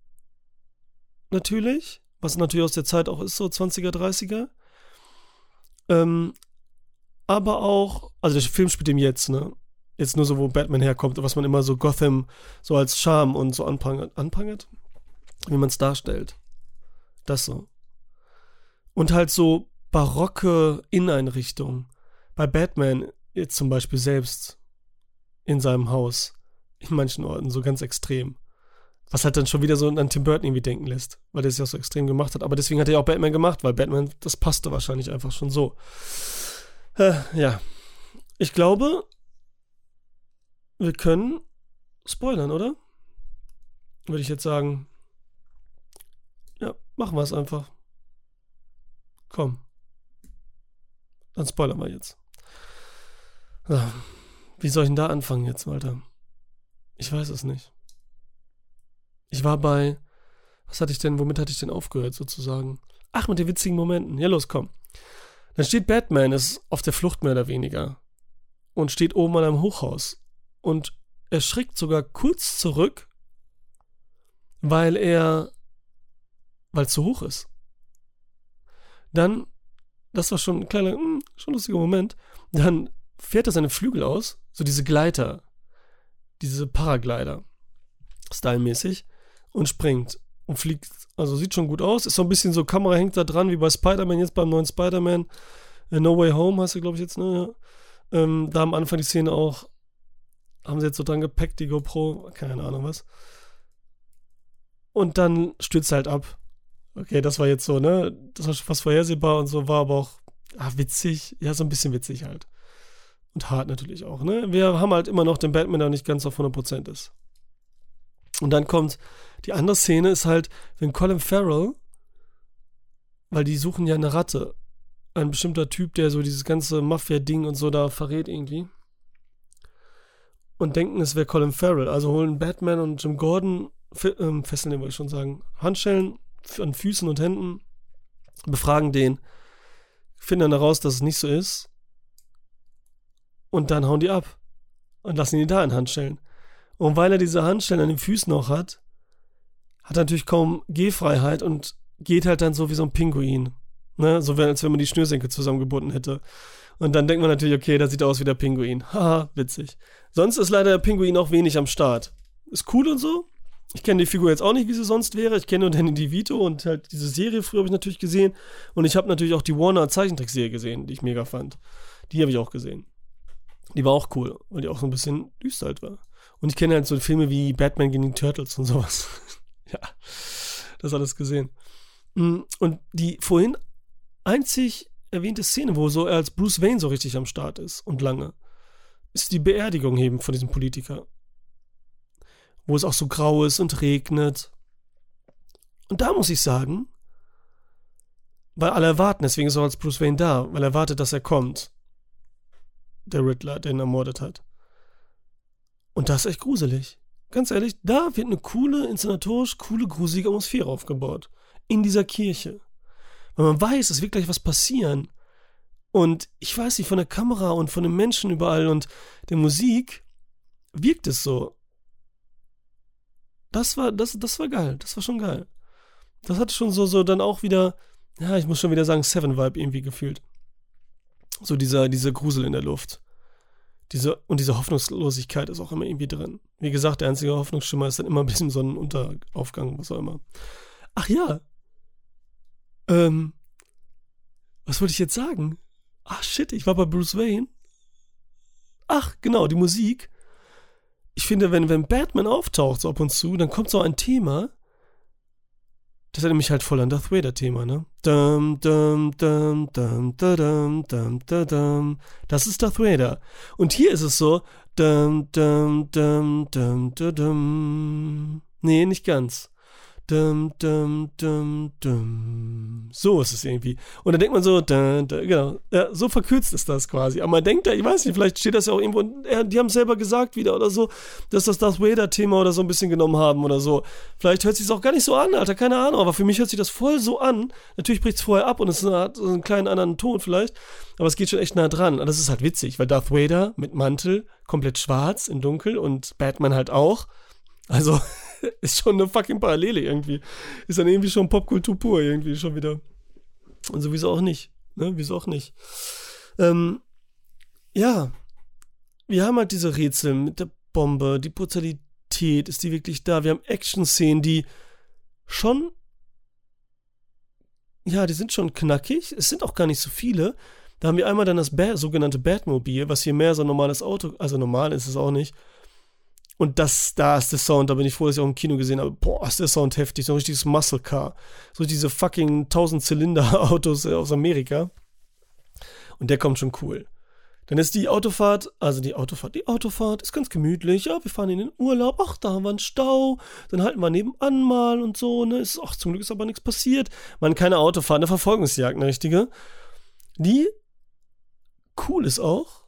natürlich, was natürlich aus der Zeit auch ist, so zwanziger, dreißiger. Ähm, aber auch, also der Film spielt im Jetzt, ne? Jetzt nur so, wo Batman herkommt, was man immer so Gotham so als Charme und so anprangert, anprangert? Wie man es darstellt. Das so. Und halt so barocke Inneneinrichtungen. Bei Batman jetzt zum Beispiel selbst in seinem Haus. In manchen Orten so ganz extrem. Was halt dann schon wieder so an Tim Burton irgendwie denken lässt, weil der es ja so extrem gemacht hat. Aber deswegen hat er ja auch Batman gemacht, weil Batman, das passte wahrscheinlich einfach schon so. Äh, ja. Ich glaube, wir können spoilern, oder? Würde ich jetzt sagen. Ja, machen wir es einfach. Komm. Dann spoilern wir jetzt. So. Wie soll ich denn da anfangen jetzt, Alter? Ich weiß es nicht. Ich war bei, was hatte ich denn, womit hatte ich denn aufgehört sozusagen? Ach, mit den witzigen Momenten. Ja, los, komm. Dann steht Batman, ist auf der Flucht mehr oder weniger. Und steht oben an einem Hochhaus. Und erschrickt sogar kurz zurück, weil er, weil es zu hoch ist. Dann, das war schon ein kleiner, mh, schon lustiger Moment, dann fährt er seine Flügel aus, so diese Gleiter, diese Paraglider, stylmäßig, und springt und fliegt, also sieht schon gut aus, ist so ein bisschen so, Kamera hängt da dran, wie bei Spider-Man, jetzt beim neuen Spider-Man, No Way Home heißt er, glaube ich, jetzt, ne, ja. ähm, da am Anfang die Szene auch, haben sie jetzt so dran gepackt, die GoPro, keine Ahnung was, und dann stürzt er halt ab. Okay, das war jetzt so, ne, das war schon fast vorhersehbar und so, war aber auch, ah, witzig, ja, so ein bisschen witzig halt. Und hart natürlich auch, ne? Wir haben halt immer noch den Batman, der nicht ganz auf hundert Prozent ist. Und dann kommt, die andere Szene ist halt, wenn Colin Farrell, weil die suchen ja eine Ratte, ein bestimmter Typ, der so dieses ganze Mafia-Ding und so da verrät irgendwie. Und denken, es wäre Colin Farrell. Also holen Batman und Jim Gordon, ähm, fesseln den wollte ich schon sagen, Handschellen an Füßen und Händen, befragen den, finden dann heraus, dass es nicht so ist. Und dann hauen die ab und lassen ihn da in Handschellen. Und weil er diese Handschellen an den Füßen noch hat, hat er natürlich kaum Gehfreiheit und geht halt dann so wie so ein Pinguin. Ne? So, als wenn man die Schnürsenkel zusammengebunden hätte. Und dann denkt man natürlich, okay, da sieht er aus wie der Pinguin. Haha, witzig. Sonst ist leider der Pinguin auch wenig am Start. Ist cool und so. Ich kenne die Figur jetzt auch nicht, wie sie sonst wäre. Ich kenne nur Danny DeVito und halt diese Serie früher habe ich natürlich gesehen. Und ich habe natürlich auch die Warner-Zeichentrickserie gesehen, die ich mega fand. Die habe ich auch gesehen. Die war auch cool, weil die auch so ein bisschen düster halt war. Und ich kenne halt so Filme wie Batman gegen die Turtles und sowas. Ja, das alles gesehen. Und die vorhin einzig erwähnte Szene, wo so er als Bruce Wayne so richtig am Start ist und lange, ist die Beerdigung eben von diesem Politiker. Wo es auch so grau ist und regnet. Und da muss ich sagen, weil alle erwarten, deswegen ist er auch als Bruce Wayne da, weil er wartet, dass er kommt. Der Riddler, der ihn ermordet hat. Und das ist echt gruselig. Ganz ehrlich, da wird eine coole, inszenatorisch coole, gruselige Atmosphäre aufgebaut. In dieser Kirche. Weil man weiß, es wird gleich was passieren. Und ich weiß nicht, von der Kamera und von den Menschen überall und der Musik wirkt es so. Das war, das, das war geil. Das war schon geil. Das hatte schon so, so dann auch wieder, ja, ich muss schon wieder sagen, Seven-Vibe irgendwie gefühlt. So dieser, dieser Grusel in der Luft. Diese, und diese Hoffnungslosigkeit ist auch immer irgendwie drin. Wie gesagt, der einzige Hoffnungsschimmer ist dann immer ein bisschen Sonnenuntergaufgang, was auch immer. Ach ja. Ähm. Was wollte ich jetzt sagen? Ach shit, ich war bei Bruce Wayne. Ach, genau, die Musik. Ich finde, wenn, wenn Batman auftaucht, so ab und zu, dann kommt so ein Thema. Das erinnert mich halt voll an Darth Vader-Thema, ne? Dum, dum, dum, dum, dum, dum, dum, dum. Das ist Darth Vader. Und hier ist es so. Dum, dum, dum, dum, dum, dum. Nee, nicht ganz. Dum, dum, dum, dum. So ist es irgendwie. Und dann denkt man so, dum, dum, genau, ja, so verkürzt ist das quasi. Aber man denkt ja, ich weiß nicht, vielleicht steht das ja auch irgendwo, ja, die haben es selber gesagt wieder oder so, dass das Darth Vader-Thema oder so ein bisschen genommen haben oder so. Vielleicht hört sich es auch gar nicht so an, Alter, keine Ahnung, aber für mich hört sich das voll so an. Natürlich bricht es vorher ab und es hat so einen kleinen anderen Ton vielleicht, aber es geht schon echt nah dran. Und das ist halt witzig, weil Darth Vader mit Mantel, komplett schwarz, in dunkel und Batman halt auch. Also, ist schon eine fucking Parallele irgendwie. Ist dann irgendwie schon Popkultur pur irgendwie schon wieder. Und so wieso auch nicht. Ne? Wieso auch nicht. Ähm, ja. Wir haben halt diese Rätsel mit der Bombe, die Brutalität, ist die wirklich da? Wir haben Action-Szenen, die schon, ja, die sind schon knackig. Es sind auch gar nicht so viele. Da haben wir einmal dann das Bat, sogenannte Batmobil, was hier mehr so ein normales Auto, also normal ist es auch nicht. Und das, da ist der Sound, da bin ich froh, dass ich auch im Kino gesehen habe. Boah, ist der Sound heftig, so ein richtiges Muscle Car. So diese fucking tausend Zylinder Autos aus Amerika. Und der kommt schon cool. Dann ist die Autofahrt, also die Autofahrt, die Autofahrt ist ganz gemütlich. Ja, wir fahren in den Urlaub. Ach, da haben wir einen Stau. Dann halten wir nebenan mal und so, ne. Ist, ach, zum Glück ist aber nichts passiert. Man, keine Autofahrt, eine Verfolgungsjagd, eine richtige. Die cool ist auch.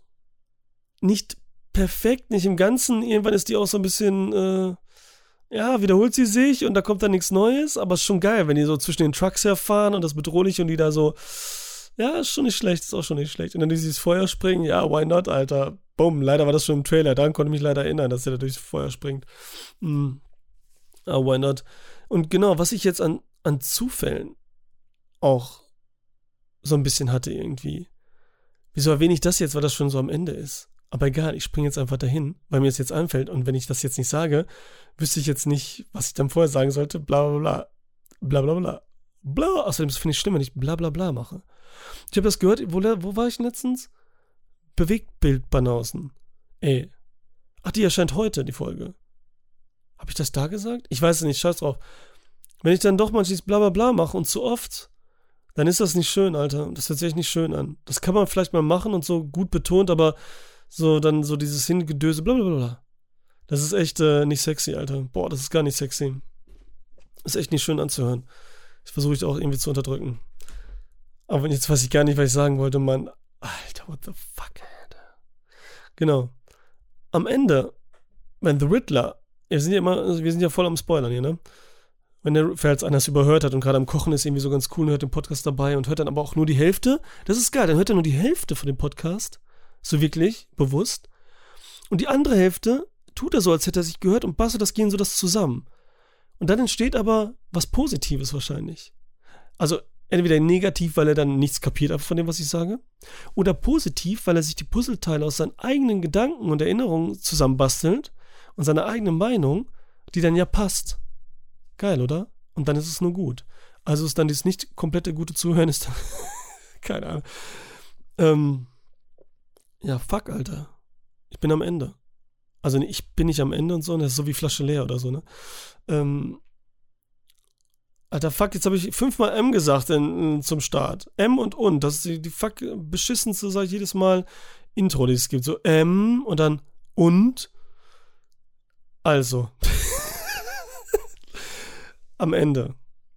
Nicht perfekt, nicht im Ganzen. Irgendwann ist die auch so ein bisschen, äh, ja, wiederholt sie sich und da kommt dann nichts Neues. Aber ist schon geil, wenn die so zwischen den Trucks herfahren und das bedrohlich und die da so... Ja, ist schon nicht schlecht, ist auch schon nicht schlecht. Und dann dieses Feuer springen, ja, why not, Alter. Bumm, leider war das schon im Trailer. Daran konnte ich mich leider erinnern, dass der da durchs Feuer springt. Mm. Ah, why not. Und genau, was ich jetzt an, an Zufällen auch so ein bisschen hatte irgendwie. Wieso erwähne ich das jetzt, weil das schon so am Ende ist? Aber egal, ich springe jetzt einfach dahin, weil mir das jetzt einfällt. Und wenn ich das jetzt nicht sage, wüsste ich jetzt nicht, was ich dann vorher sagen sollte. Bla bla bla. Bla bla bla. Bla. Außerdem finde ich schlimm, wenn ich bla bla bla mache. Ich habe das gehört, wo, wo war ich letztens? Bewegtbild-Banausen. Ey. Ach, die erscheint heute, die Folge. Habe ich das da gesagt? Ich weiß es nicht, scheiß drauf. Wenn ich dann doch manchmal bla bla bla mache und zu oft, dann ist das nicht schön, Alter. Das hört sich echt nicht schön an. Das kann man vielleicht mal machen und so gut betont, aber so dann so dieses Hingedöse, bla bla bla. Das ist echt äh, nicht sexy, Alter. Boah, das ist gar nicht sexy. Ist echt nicht schön anzuhören. Das versuche ich auch irgendwie zu unterdrücken. Aber jetzt weiß ich gar nicht, was ich sagen wollte, Mann. Alter, what the fuck, Alter. Genau. Am Ende, wenn The Riddler, wir sind ja immer, wir sind ja voll am Spoilern hier, ne? Wenn der, falls einer es überhört hat und gerade am Kochen ist, irgendwie so ganz cool und hört den Podcast dabei und hört dann aber auch nur die Hälfte, das ist geil, dann hört er nur die Hälfte von dem Podcast, so wirklich, bewusst. Und die andere Hälfte tut er so, als hätte er sich gehört und bastelt das gehen so das zusammen. Und dann entsteht aber was Positives wahrscheinlich. Also, entweder negativ, weil er dann nichts kapiert hat von dem, was ich sage, oder positiv, weil er sich die Puzzleteile aus seinen eigenen Gedanken und Erinnerungen zusammenbastelt und seine eigene Meinung, die dann ja passt. Geil, oder? Und dann ist es nur gut. Also ist dann dieses nicht komplette gute Zuhören, ist dann keine Ahnung. Ähm, ja, fuck, Alter. Ich bin am Ende. Also ich bin nicht am Ende und so, und das ist so wie Flasche leer oder so, ne? Ähm, Alter, fuck, jetzt habe ich fünfmal M gesagt in, in, zum Start. M und und. Das ist die, die fuck beschissenste, sag ich jedes Mal, Intro, die es gibt. So M und dann und. Also. Am Ende.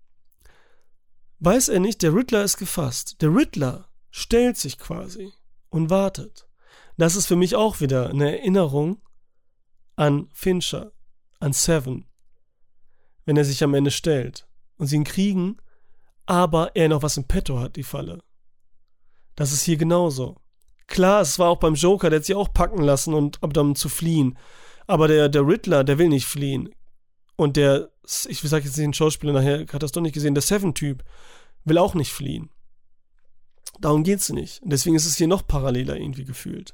Weiß er nicht, der Riddler ist gefasst. Der Riddler stellt sich quasi und wartet. Das ist für mich auch wieder eine Erinnerung an Fincher, an Seven. Wenn er sich am Ende stellt und sie ihn kriegen, aber er noch was im Petto hat, die Falle. Das ist hier genauso. Klar, es war auch beim Joker, der hat sich auch packen lassen, und um dann zu fliehen. Aber der, der Riddler, der will nicht fliehen. Und der, ich sag jetzt nicht den Schauspieler, nachher hat das doch nicht gesehen, der Seven-Typ will auch nicht fliehen. Darum geht's nicht. Und deswegen ist es hier noch paralleler irgendwie gefühlt.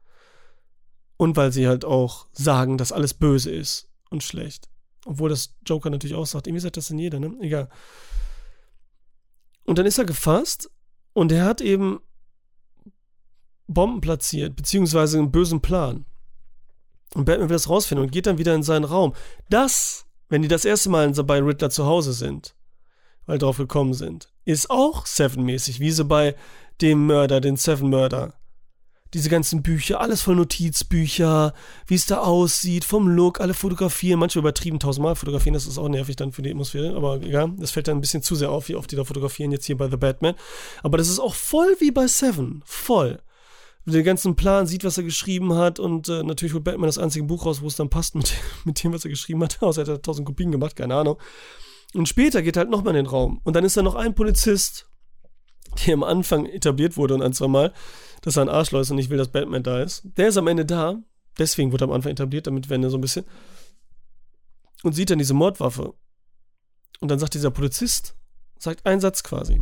Und weil sie halt auch sagen, dass alles böse ist und schlecht. Obwohl das Joker natürlich auch sagt, irgendwie sagt das in jeder, ne? Egal. Und dann ist er gefasst und er hat eben Bomben platziert, beziehungsweise einen bösen Plan. Und Batman will das rausfinden und geht dann wieder in seinen Raum. Das, wenn die das erste Mal bei Riddler zu Hause sind, weil drauf gekommen sind, ist auch Seven-mäßig, wie sie bei dem Mörder, den Seven-Mörder. Diese ganzen Bücher, alles voll Notizbücher, wie es da aussieht, vom Look, alle fotografieren, manche übertrieben tausendmal fotografieren, das ist auch nervig dann für die Atmosphäre, aber egal, das fällt dann ein bisschen zu sehr auf, wie oft die da fotografieren, jetzt hier bei The Batman. Aber das ist auch voll wie bei Seven, voll. Den ganzen Plan sieht, was er geschrieben hat, und äh, natürlich holt Batman das einzige Buch raus, wo es dann passt mit, mit dem, was er geschrieben hat, außer er hat tausend Kopien gemacht, keine Ahnung. Und später geht er halt nochmal in den Raum und dann ist da noch ein Polizist, der am Anfang etabliert wurde und ein, zwei Mal, dass er ein Arschloch ist und nicht will, dass Batman da ist. Der ist am Ende da, deswegen wurde er am Anfang etabliert, damit werden er so ein bisschen, und sieht dann diese Mordwaffe. Und dann sagt dieser Polizist, sagt einen Satz quasi.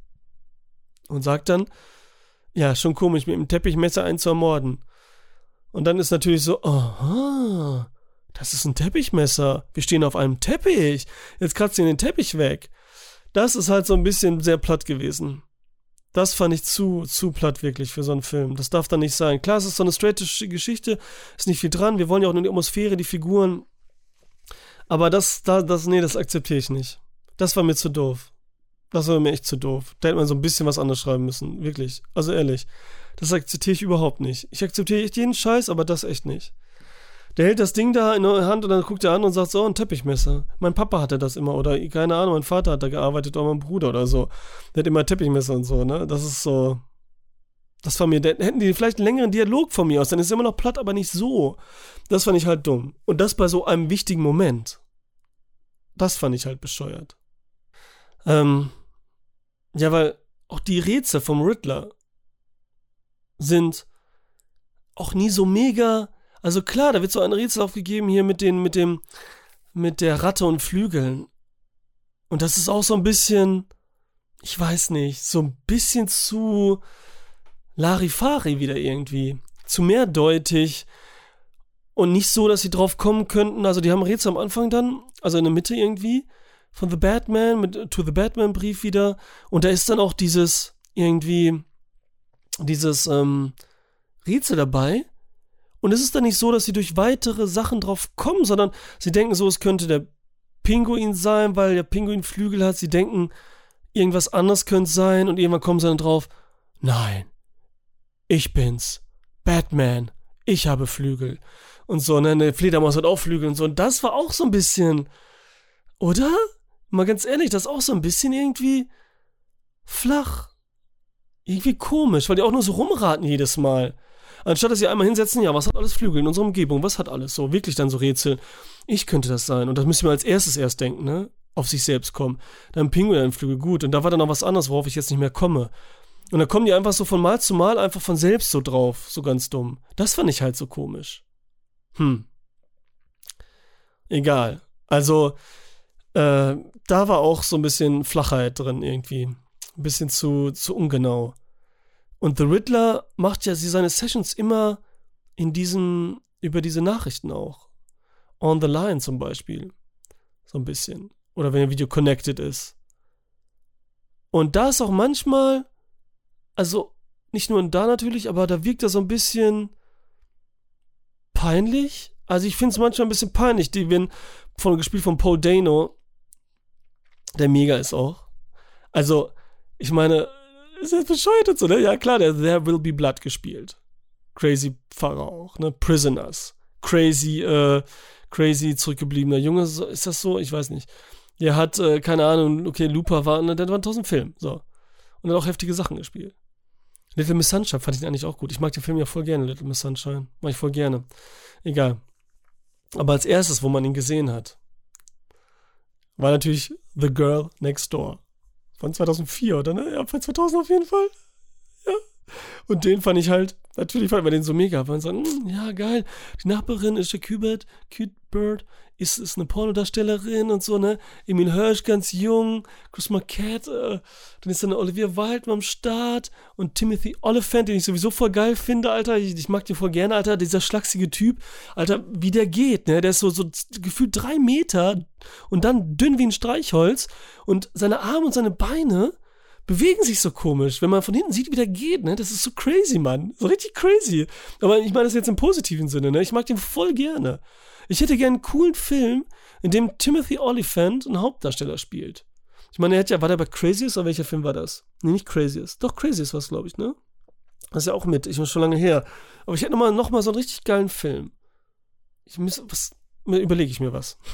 Und sagt dann, ja, schon komisch, mit dem Teppichmesser einen zu ermorden. Und dann ist natürlich so, aha, das ist ein Teppichmesser. Wir stehen auf einem Teppich. Jetzt kratzt ihr den Teppich weg. Das ist halt so ein bisschen sehr platt gewesen. Das fand ich zu, zu platt wirklich für so einen Film. Das darf dann nicht sein. Klar, es ist so eine straighte Geschichte, ist nicht viel dran. Wir wollen ja auch nur die Atmosphäre, die Figuren. Aber das, da, das, nee, das akzeptiere ich nicht. Das war mir zu doof. Das war mir echt zu doof. Da hätte man so ein bisschen was anderes schreiben müssen. Wirklich. Also ehrlich. Das akzeptiere ich überhaupt nicht. Ich akzeptiere echt jeden Scheiß, aber das echt nicht. Der hält das Ding da in der Hand und dann guckt er an und sagt so, ein Teppichmesser. Mein Papa hatte das immer oder keine Ahnung, mein Vater hat da gearbeitet oder mein Bruder oder so. Der hat immer Teppichmesser und so, ne? Das ist so, das war mir, da hätten die vielleicht einen längeren Dialog von mir aus, dann ist es immer noch platt, aber nicht so. Das fand ich halt dumm. Und das bei so einem wichtigen Moment. Das fand ich halt bescheuert. Ähm, ja, weil auch die Rätsel vom Riddler sind auch nie so mega. Also klar, da wird so ein Rätsel aufgegeben hier mit den, mit dem, mit der Ratte und Flügeln. Und das ist auch so ein bisschen, ich weiß nicht, so ein bisschen zu Larifari wieder irgendwie. Zu mehrdeutig. Und nicht so, dass sie drauf kommen könnten. Also die haben Rätsel am Anfang dann, also in der Mitte irgendwie, von The Batman, mit To The Batman Brief wieder. Und da ist dann auch dieses, irgendwie, dieses, ähm, Rätsel dabei. Und es ist dann nicht so, dass sie durch weitere Sachen drauf kommen, sondern sie denken so, es könnte der Pinguin sein, weil der Pinguin Flügel hat. Sie denken, irgendwas anderes könnte sein und irgendwann kommen sie dann drauf, nein, ich bin's, Batman, ich habe Flügel. Und so, ne, eine Fledermaus hat auch Flügel und so. Und das war auch so ein bisschen, oder? Mal ganz ehrlich, das ist auch so ein bisschen irgendwie flach. Irgendwie komisch, weil die auch nur so rumraten jedes Mal. Anstatt dass sie einmal hinsetzen, ja, was hat alles Flügel in unserer Umgebung, was hat alles so, wirklich dann so Rätsel. Ich könnte das sein und das müssen wir als erstes erst denken, ne, auf sich selbst kommen. Dann Pinguin ein Flügel, gut, und da war dann noch was anderes, worauf ich jetzt nicht mehr komme. Und dann kommen die einfach so von Mal zu Mal einfach von selbst so drauf, so ganz dumm. Das fand ich halt so komisch. Hm. Egal. Also, äh, da war auch so ein bisschen Flachheit drin irgendwie. Ein bisschen zu, zu ungenau. Und The Riddler macht ja seine Sessions immer in diesem, über diese Nachrichten auch. On the Line zum Beispiel. So ein bisschen. Oder wenn ein Video connected ist. Und da ist auch manchmal, also nicht nur da natürlich, aber da wirkt er so ein bisschen peinlich. Also ich finde es manchmal ein bisschen peinlich. Die werden von, gespielt von Paul Dano, der mega ist auch. Also, ich meine, ist jetzt bescheuert und so, ne? Ja, klar, der There Will Be Blood gespielt. Crazy Pfarrer auch, ne? Prisoners. Crazy, äh, crazy zurückgebliebener Junge, ist das so? Ich weiß nicht. Der hat, äh, keine Ahnung, okay, Looper war, ne, der war in tausend Filmen, so. Und hat auch heftige Sachen gespielt. Little Miss Sunshine fand ich eigentlich auch gut. Ich mag den Film ja voll gerne, Little Miss Sunshine. Mag ich voll gerne. Egal. Aber als erstes, wo man ihn gesehen hat, war natürlich The Girl Next Door. Von zweitausendvier, oder ne? Ja, von zweitausend auf jeden Fall. Ja. Und den fand ich halt, natürlich fand man den so mega, weil man sagt, ja, geil, die Nachbarin ist Jack Kubert, Kubert, ist, ist eine Pornodarstellerin und so, ne? Emil Hirsch, ganz jung, Chris Marquette, äh, dann ist dann Olivia Wilde am Start und Timothy Olyphant, den ich sowieso voll geil finde, Alter, ich, ich mag den voll gerne, Alter, dieser schlachsige Typ, Alter, wie der geht, ne? Der ist so, so gefühlt drei Meter und dann dünn wie ein Streichholz und seine Arme und seine Beine bewegen sich so komisch, wenn man von hinten sieht, wie der geht, ne? Das ist so crazy, Mann. So richtig crazy. Aber ich meine das jetzt im positiven Sinne, ne? Ich mag den voll gerne. Ich hätte gerne einen coolen Film, in dem Timothy Olyphant einen Hauptdarsteller spielt. Ich meine, er hat ja, war der bei Craziest oder welcher Film war das? Nee, nicht Craziest. Doch, Craziest war es, glaube ich, ne? Das ist ja auch mit. Ich bin schon lange her. Aber ich hätte nochmal noch mal so einen richtig geilen Film. Ich muss, was, überlege ich mir was.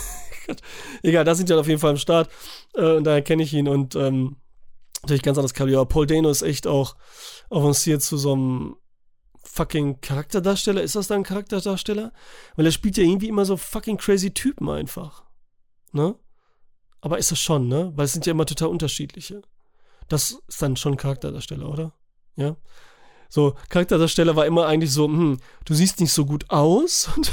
Egal, da sind ja auf jeden Fall am Start. Äh, und daher kenne ich ihn und, ähm, natürlich ganz anderes Kaliber. Aber Paul Dano ist echt auch avanciert zu so einem fucking Charakterdarsteller. Ist das da ein Charakterdarsteller? Weil er spielt ja irgendwie immer so fucking crazy Typen einfach. Ne? Aber ist das schon, ne? Weil es sind ja immer total unterschiedliche. Das ist dann schon ein Charakterdarsteller, oder? Ja? So, Charakterdarsteller war immer eigentlich so, hm, du siehst nicht so gut aus und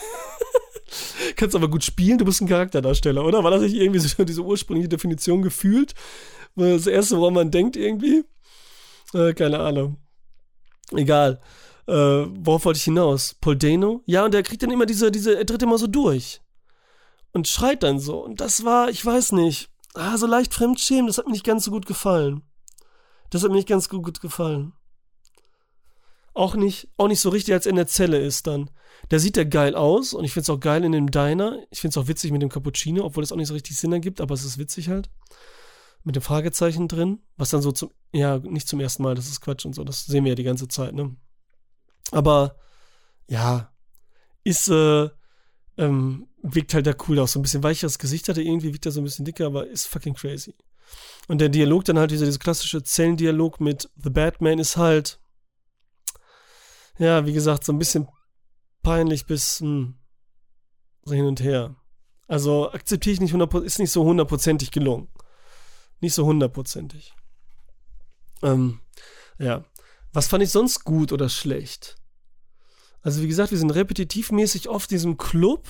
kannst aber gut spielen, du bist ein Charakterdarsteller, oder? War das nicht irgendwie so diese ursprüngliche Definition gefühlt? Das erste, woran man denkt irgendwie. Äh, keine Ahnung. Egal. Äh, worauf wollte ich hinaus? Paul Dano? Ja, und der kriegt dann immer diese, diese, er tritt immer so durch. Und schreit dann so. Und das war, ich weiß nicht, ah, so leicht Fremdschämen, das hat mir nicht ganz so gut gefallen. Das hat mir nicht ganz gut, gut gefallen. Auch nicht, auch nicht so richtig, als er in der Zelle ist dann. Da sieht er geil aus und ich find's auch geil in dem Diner. Ich find's auch witzig mit dem Cappuccino, obwohl das auch nicht so richtig Sinn ergibt, aber es ist witzig halt. Mit dem Fragezeichen drin, was dann so zum, ja, nicht zum ersten Mal, das ist Quatsch und so, das sehen wir ja die ganze Zeit, ne? Aber, ja, ist, äh, ähm, wirkt halt da cool aus. So ein bisschen weicheres Gesicht hat er irgendwie, wirkt er so ein bisschen dicker, aber ist fucking crazy. Und der Dialog dann halt, dieser, dieser klassische Zellendialog mit The Batman ist halt, ja, wie gesagt, so ein bisschen peinlich bis hm, so hin und her. Also akzeptiere ich nicht hundertprozentig, ist nicht so hundertprozentig gelungen. Nicht so hundertprozentig. Ähm, ja. Was fand ich sonst gut oder schlecht? Also wie gesagt, wir sind repetitivmäßig oft in diesem Club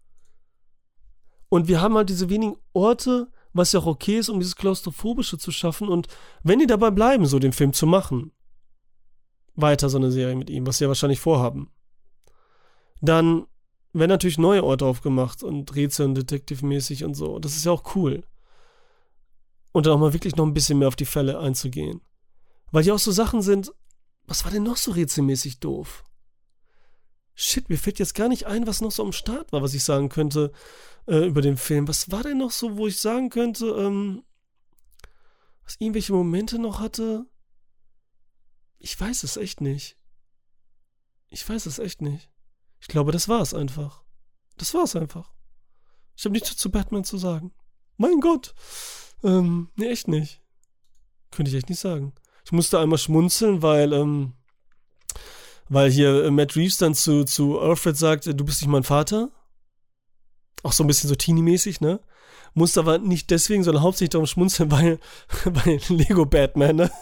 und wir haben halt diese wenigen Orte, was ja auch okay ist, um dieses Klaustrophobische zu schaffen und wenn die dabei bleiben, so den Film zu machen, weiter so eine Serie mit ihm, was sie ja wahrscheinlich vorhaben, dann werden natürlich neue Orte aufgemacht und Rätsel und Detective-mäßig und so. Das ist ja auch cool. Und dann auch mal wirklich noch ein bisschen mehr auf die Fälle einzugehen. Weil hier auch so Sachen sind, was war denn noch so rätselmäßig doof? Shit, mir fällt jetzt gar nicht ein, was noch so am Start war, was ich sagen könnte äh, über den Film. Was war denn noch so, wo ich sagen könnte, ähm, was irgendwelche Momente noch hatte? Ich weiß es echt nicht. Ich weiß es echt nicht. Ich glaube, das war es einfach. Das war es einfach. Ich habe nichts zu Batman zu sagen. Mein Gott. Ähm, nee, echt nicht. Könnte ich echt nicht sagen. Ich musste einmal schmunzeln, weil, ähm, weil hier äh, Matt Reeves dann zu, zu Alfred sagt, du bist nicht mein Vater. Auch so ein bisschen so Teenie-mäßig, ne? Musste aber nicht deswegen, sondern hauptsächlich darum schmunzeln, weil, weil Lego Batman, ne?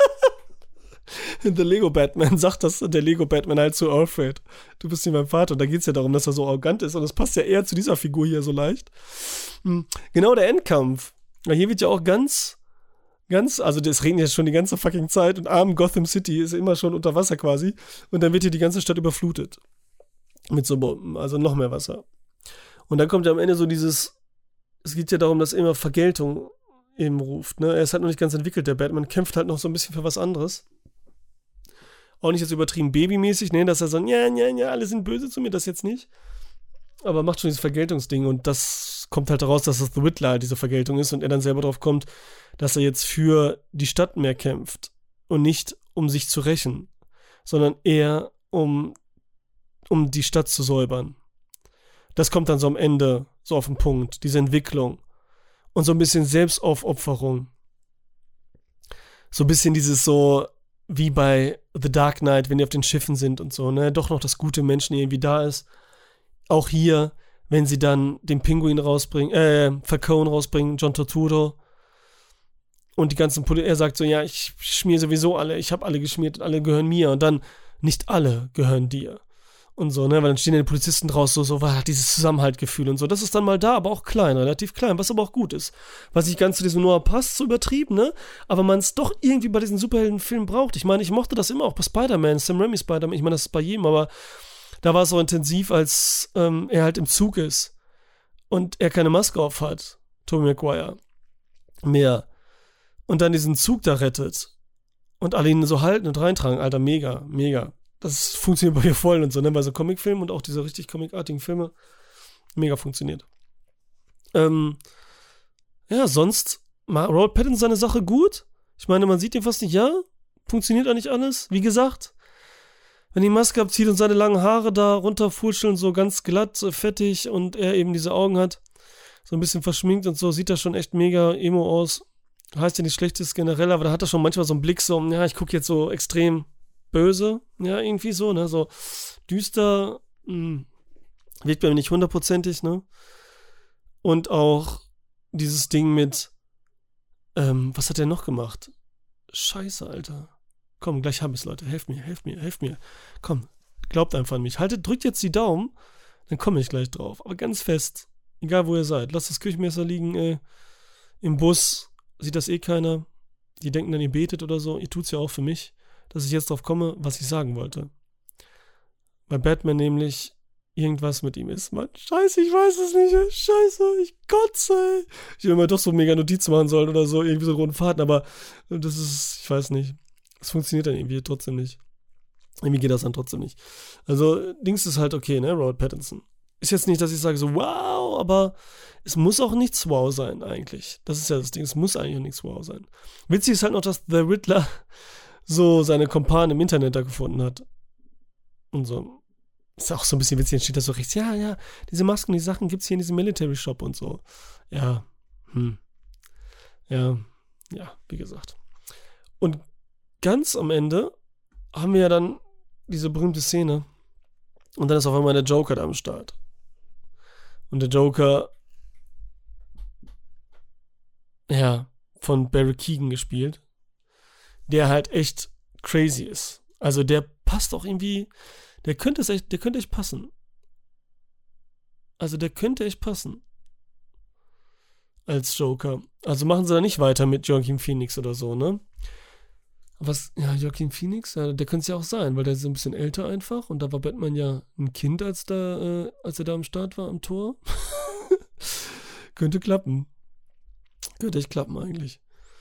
Der Lego Batman sagt das, der Lego Batman halt zu Alfred. Du bist nicht mein Vater. Und da geht es ja darum, dass er so arrogant ist. Und das passt ja eher zu dieser Figur hier so leicht. Genau, der Endkampf. Ja, hier wird ja auch ganz, ganz, also das regnet ja schon die ganze fucking Zeit und arm Gotham City ist immer schon unter Wasser quasi. Und dann wird hier die ganze Stadt überflutet. Mit so Bomben, also noch mehr Wasser. Und dann kommt ja am Ende so dieses, es geht ja darum, dass immer Vergeltung eben ruft. Ne? Er ist halt noch nicht ganz entwickelt, der Batman kämpft halt noch so ein bisschen für was anderes. Auch nicht jetzt übertrieben babymäßig, ne, dass er so, ja, ja, ja, alle sind böse zu mir, das jetzt nicht. Aber macht schon dieses Vergeltungsding und das kommt halt heraus, dass das The Riddler diese Vergeltung ist und er dann selber drauf kommt, dass er jetzt für die Stadt mehr kämpft und nicht um sich zu rächen, sondern eher um, um die Stadt zu säubern. Das kommt dann so am Ende so auf den Punkt, diese Entwicklung und so ein bisschen Selbstaufopferung. So ein bisschen dieses so, wie bei The Dark Knight, wenn die auf den Schiffen sind und so, ne, doch noch das gute Menschen irgendwie da ist. Auch hier, wenn sie dann den Pinguin rausbringen, äh, Falcone rausbringen, John Turturro und die ganzen Poli- er sagt so, ja, ich schmier sowieso alle, ich habe alle geschmiert und alle gehören mir und dann, nicht alle gehören dir. Und so, ne, weil dann stehen ja die Polizisten draus, so, so, war dieses Zusammenhaltgefühl und so. Das ist dann mal da, aber auch klein, relativ klein, was aber auch gut ist. Was nicht ganz zu diesem Noir passt, so übertrieben, ne, aber man es doch irgendwie bei diesen Superheldenfilmen braucht. Ich meine, ich mochte das immer auch bei Spider-Man, Sam Raimi Spider-Man, ich meine, das ist bei jedem, aber da war es so intensiv, als ähm, er halt im Zug ist und er keine Maske auf hat, Tobey Maguire, mehr, und dann diesen Zug da rettet und alle ihn so halten und reintragen, Alter, mega, mega. Das funktioniert bei mir voll und so, ne? Bei so Comicfilmen und auch diese richtig comicartigen Filme. Mega funktioniert. Ähm, ja, sonst, Robert Pattinson seine Sache gut. Ich meine, man sieht ihn fast nicht, ja. Funktioniert eigentlich alles. Wie gesagt, wenn die Maske abzieht und seine langen Haare da runterfutscheln, so ganz glatt, fettig und er eben diese Augen hat, so ein bisschen verschminkt und so, sieht er schon echt mega emo aus. Heißt ja nicht schlechtes generell, aber da hat er schon manchmal so einen Blick so, ja, ich gucke jetzt so extrem böse, ja, irgendwie so, ne, so düster, mh, wirkt bei mir nicht hundertprozentig, ne, und auch dieses Ding mit, ähm, was hat er noch gemacht? Scheiße, Alter. Komm, gleich hab ich's, Leute, helft mir, helft mir, helft mir, komm, glaubt einfach an mich, haltet, drückt jetzt die Daumen, dann komme ich gleich drauf, aber ganz fest, egal wo ihr seid, lasst das Küchenmesser liegen, ey, im Bus, sieht das eh keiner, die denken dann, ihr betet oder so, ihr tut's ja auch für mich, dass ich jetzt drauf komme, was ich sagen wollte. Bei Batman nämlich irgendwas mit ihm ist. Mann, scheiße, ich weiß es nicht. Ey. Scheiße, ich kotze, ey. Ich hätte mir doch so mega Notizen machen sollen oder so, irgendwie so einen roten Faden, aber das ist, ich weiß nicht. Es funktioniert dann irgendwie trotzdem nicht. Irgendwie geht das dann trotzdem nicht. Also, Dings ist halt okay, ne, Robert Pattinson. Ist jetzt nicht, dass ich sage so, wow, aber es muss auch nichts wow sein eigentlich. Das ist ja das Ding, es muss eigentlich auch nichts wow sein. Witzig ist halt noch, dass The Riddler so seine Kumpanen im Internet da gefunden hat. Und so. Ist auch so ein bisschen witzig, dann steht da so rechts, ja, ja, diese Masken, die Sachen gibt's hier in diesem Military Shop und so. Ja, hm. Ja, ja, wie gesagt. Und ganz am Ende haben wir ja dann diese berühmte Szene und dann ist auf einmal der Joker da am Start. Und der Joker, ja, von Barry Keoghan gespielt, der halt echt crazy ist. Also der passt auch irgendwie, der könnte es echt, der könnte echt passen. Also der könnte echt passen. Als Joker. Also machen sie da nicht weiter mit Joaquin Phoenix oder so, ne? Was, ja, Joaquin Phoenix, ja, der könnte es ja auch sein, weil der ist ein bisschen älter einfach und da war Batman ja ein Kind, als, da, äh, als er da am Start war, am Tor. Könnte klappen. Könnte echt klappen eigentlich.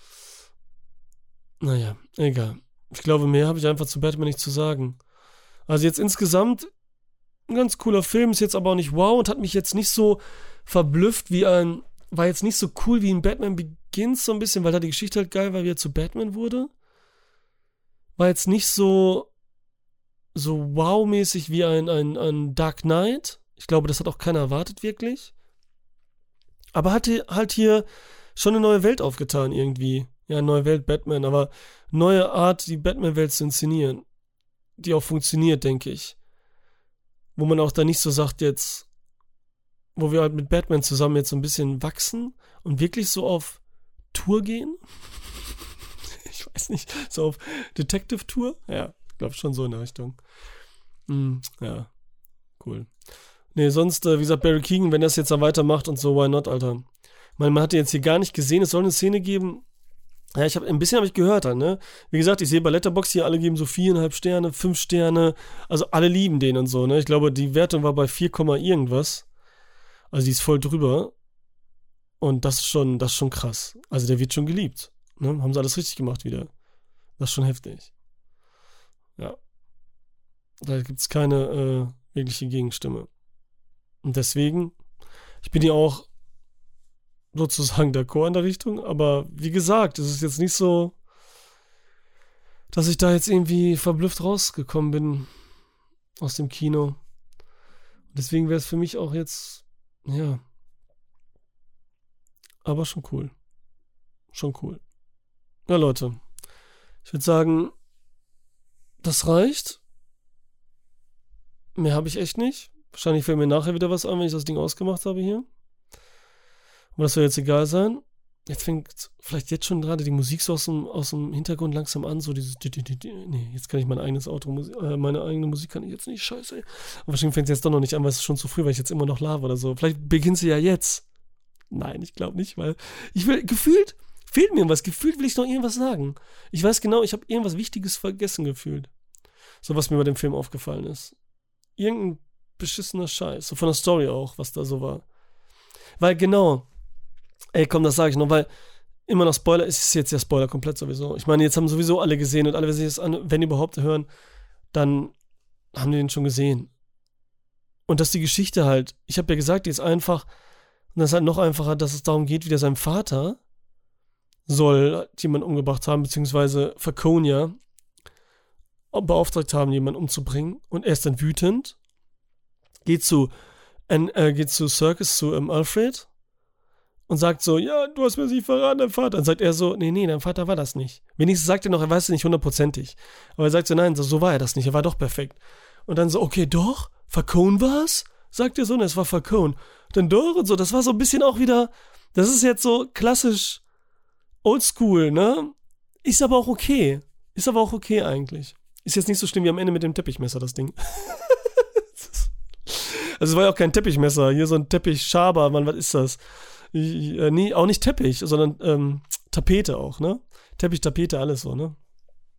Naja, egal. Ich glaube, mehr habe ich einfach zu Batman nicht zu sagen. Also jetzt insgesamt ein ganz cooler Film, ist jetzt aber auch nicht wow und hat mich jetzt nicht so verblüfft wie ein, war jetzt nicht so cool wie in Batman Begins so ein bisschen, weil da die Geschichte halt geil war, wie er zu Batman wurde. War jetzt nicht so so wow-mäßig wie ein, ein, ein Dark Knight. Ich glaube, das hat auch keiner erwartet wirklich. Aber hatte halt hier schon eine neue Welt aufgetan irgendwie. Ja, neue Welt Batman, aber neue Art, die Batman-Welt zu inszenieren. Die auch funktioniert, denke ich. Wo man auch da nicht so sagt jetzt, wo wir halt mit Batman zusammen jetzt so ein bisschen wachsen und wirklich so auf Tour gehen. Ich weiß nicht, so auf Detective-Tour? Ja, ich glaube schon so in der Richtung. Hm, ja, cool. Nee, sonst, äh, wie gesagt, Barry Keoghan, wenn das jetzt da weitermacht und so, why not, Alter? Ich meine, man hat den jetzt hier gar nicht gesehen, es soll eine Szene geben. Ja, ich habe ein bisschen habe ich gehört dann, ne? Wie gesagt, ich sehe bei Letterboxd hier, alle geben so viereinhalb Sterne, fünf Sterne, also alle lieben den und so, ne? Ich glaube, die Wertung war bei vier, irgendwas. Also die ist voll drüber. Und das ist schon, das ist schon krass. Also der wird schon geliebt. Ne? Haben sie alles richtig gemacht wieder. Das ist schon heftig. Ja. Da gibt es keine äh, wirkliche Gegenstimme. Und deswegen, ich bin ja auch sozusagen d'accord in der Richtung, aber wie gesagt, es ist jetzt nicht so, dass ich da jetzt irgendwie verblüfft rausgekommen bin aus dem Kino. Und deswegen wäre es für mich auch jetzt, ja, aber schon cool. Schon cool. Ja, Leute, ich würde sagen, das reicht. Mehr habe ich echt nicht. Wahrscheinlich fällt mir nachher wieder was an, wenn ich das Ding ausgemacht habe hier. Aber das soll jetzt egal sein. Jetzt fängt vielleicht jetzt schon gerade die Musik so aus dem, aus dem Hintergrund langsam an. So dieses. Nee, jetzt kann ich mein eigenes Auto, äh, meine eigene Musik kann ich jetzt nicht. Scheiße, ey. Aber wahrscheinlich fängt es jetzt doch noch nicht an, weil es ist schon zu früh, weil ich jetzt immer noch laber oder so. Vielleicht beginnt sie ja jetzt. Nein, ich glaube nicht, weil ich will, gefühlt fehlt mir was. Gefühlt will ich noch irgendwas sagen. Ich weiß genau, ich habe irgendwas Wichtiges vergessen gefühlt. So, was mir bei dem Film aufgefallen ist. Irgendein beschissener Scheiß. So von der Story auch, was da so war. Weil genau, ey, komm, das sage ich noch, weil immer noch Spoiler, ist es jetzt ja Spoiler komplett sowieso. Ich meine, jetzt haben sowieso alle gesehen und alle, wenn sie es an, wenn überhaupt hören, dann haben die den schon gesehen. Und dass die Geschichte halt, ich habe ja gesagt, die ist einfach, und das ist halt noch einfacher, dass es darum geht, wie der sein Vater soll jemanden umgebracht haben, beziehungsweise Falconia beauftragt haben, jemanden umzubringen. Und er ist dann wütend, geht zu, äh, geht zu Circus, zu ähm, Alfred und sagt so, ja, du hast mir nicht verraten, dein Vater. Dann sagt er so, nee, nee, dein Vater war das nicht. Wenigstens sagt er noch, er weiß es nicht hundertprozentig. Aber er sagt so, nein, so, so war er das nicht, er war doch perfekt. Und dann so, okay, doch, Falcone war's? Sagt er so, ne, es war Falcone. Dann doch und so, das war so ein bisschen auch wieder, das ist jetzt so klassisch oldschool, ne? Ist aber auch okay. Ist aber auch okay eigentlich. Ist jetzt nicht so schlimm wie am Ende mit dem Teppichmesser, das Ding. Also es war ja auch kein Teppichmesser, hier so ein Teppichschaber, Mann, was ist das? Ich, äh, nee, auch nicht Teppich, sondern ähm, Tapete auch, ne? Teppich, Tapete, alles so, ne?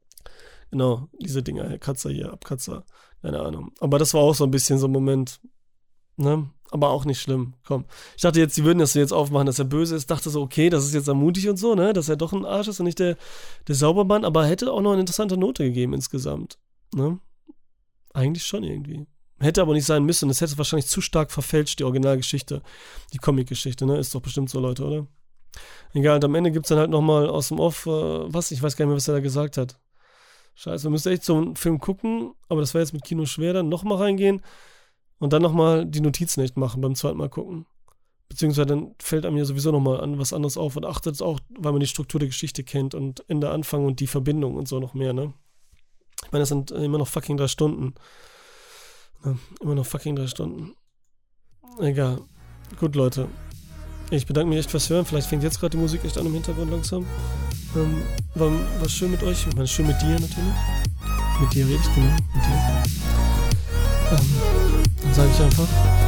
Genau, diese Dinger, Kratzer hier, Abkratzer, keine Ahnung. Aber das war auch so ein bisschen so ein Moment, Ne? Aber auch nicht schlimm, komm. Ich dachte jetzt, die würden das so jetzt aufmachen, dass er böse ist. Dachte so, okay, das ist jetzt ermutigt und so, ne? Dass er doch ein Arsch ist und nicht der, der Saubermann. Aber hätte auch noch eine interessante Note gegeben insgesamt. Ne? Eigentlich schon irgendwie. Hätte aber nicht sein müssen. Das hätte wahrscheinlich zu stark verfälscht, die Originalgeschichte. Die Comic-Geschichte, ne? Ist doch bestimmt so, Leute, oder? Egal, und am Ende gibt es dann halt nochmal aus dem Off, äh, was? Ich weiß gar nicht mehr, was er da gesagt hat. Scheiße, wir müssen echt so einen Film gucken. Aber das war jetzt mit Kino schwer, dann nochmal reingehen. Und dann nochmal die Notizen echt machen beim zweiten Mal gucken. Beziehungsweise dann fällt einem ja sowieso nochmal an was anderes auf und achtet auch, weil man die Struktur der Geschichte kennt und Ende, Anfang und die Verbindung und so noch mehr, ne? Ich meine, das sind immer noch fucking drei Stunden. Ja, immer noch fucking drei Stunden. Egal. Gut, Leute. Ich bedanke mich echt fürs Hören. Vielleicht fängt jetzt gerade die Musik echt an im Hintergrund langsam. Ähm, war, war schön mit euch. Ich meine, schön mit dir natürlich. Mit dir rede ich, genau. Mit dir. Ähm, dann sage ich einfach.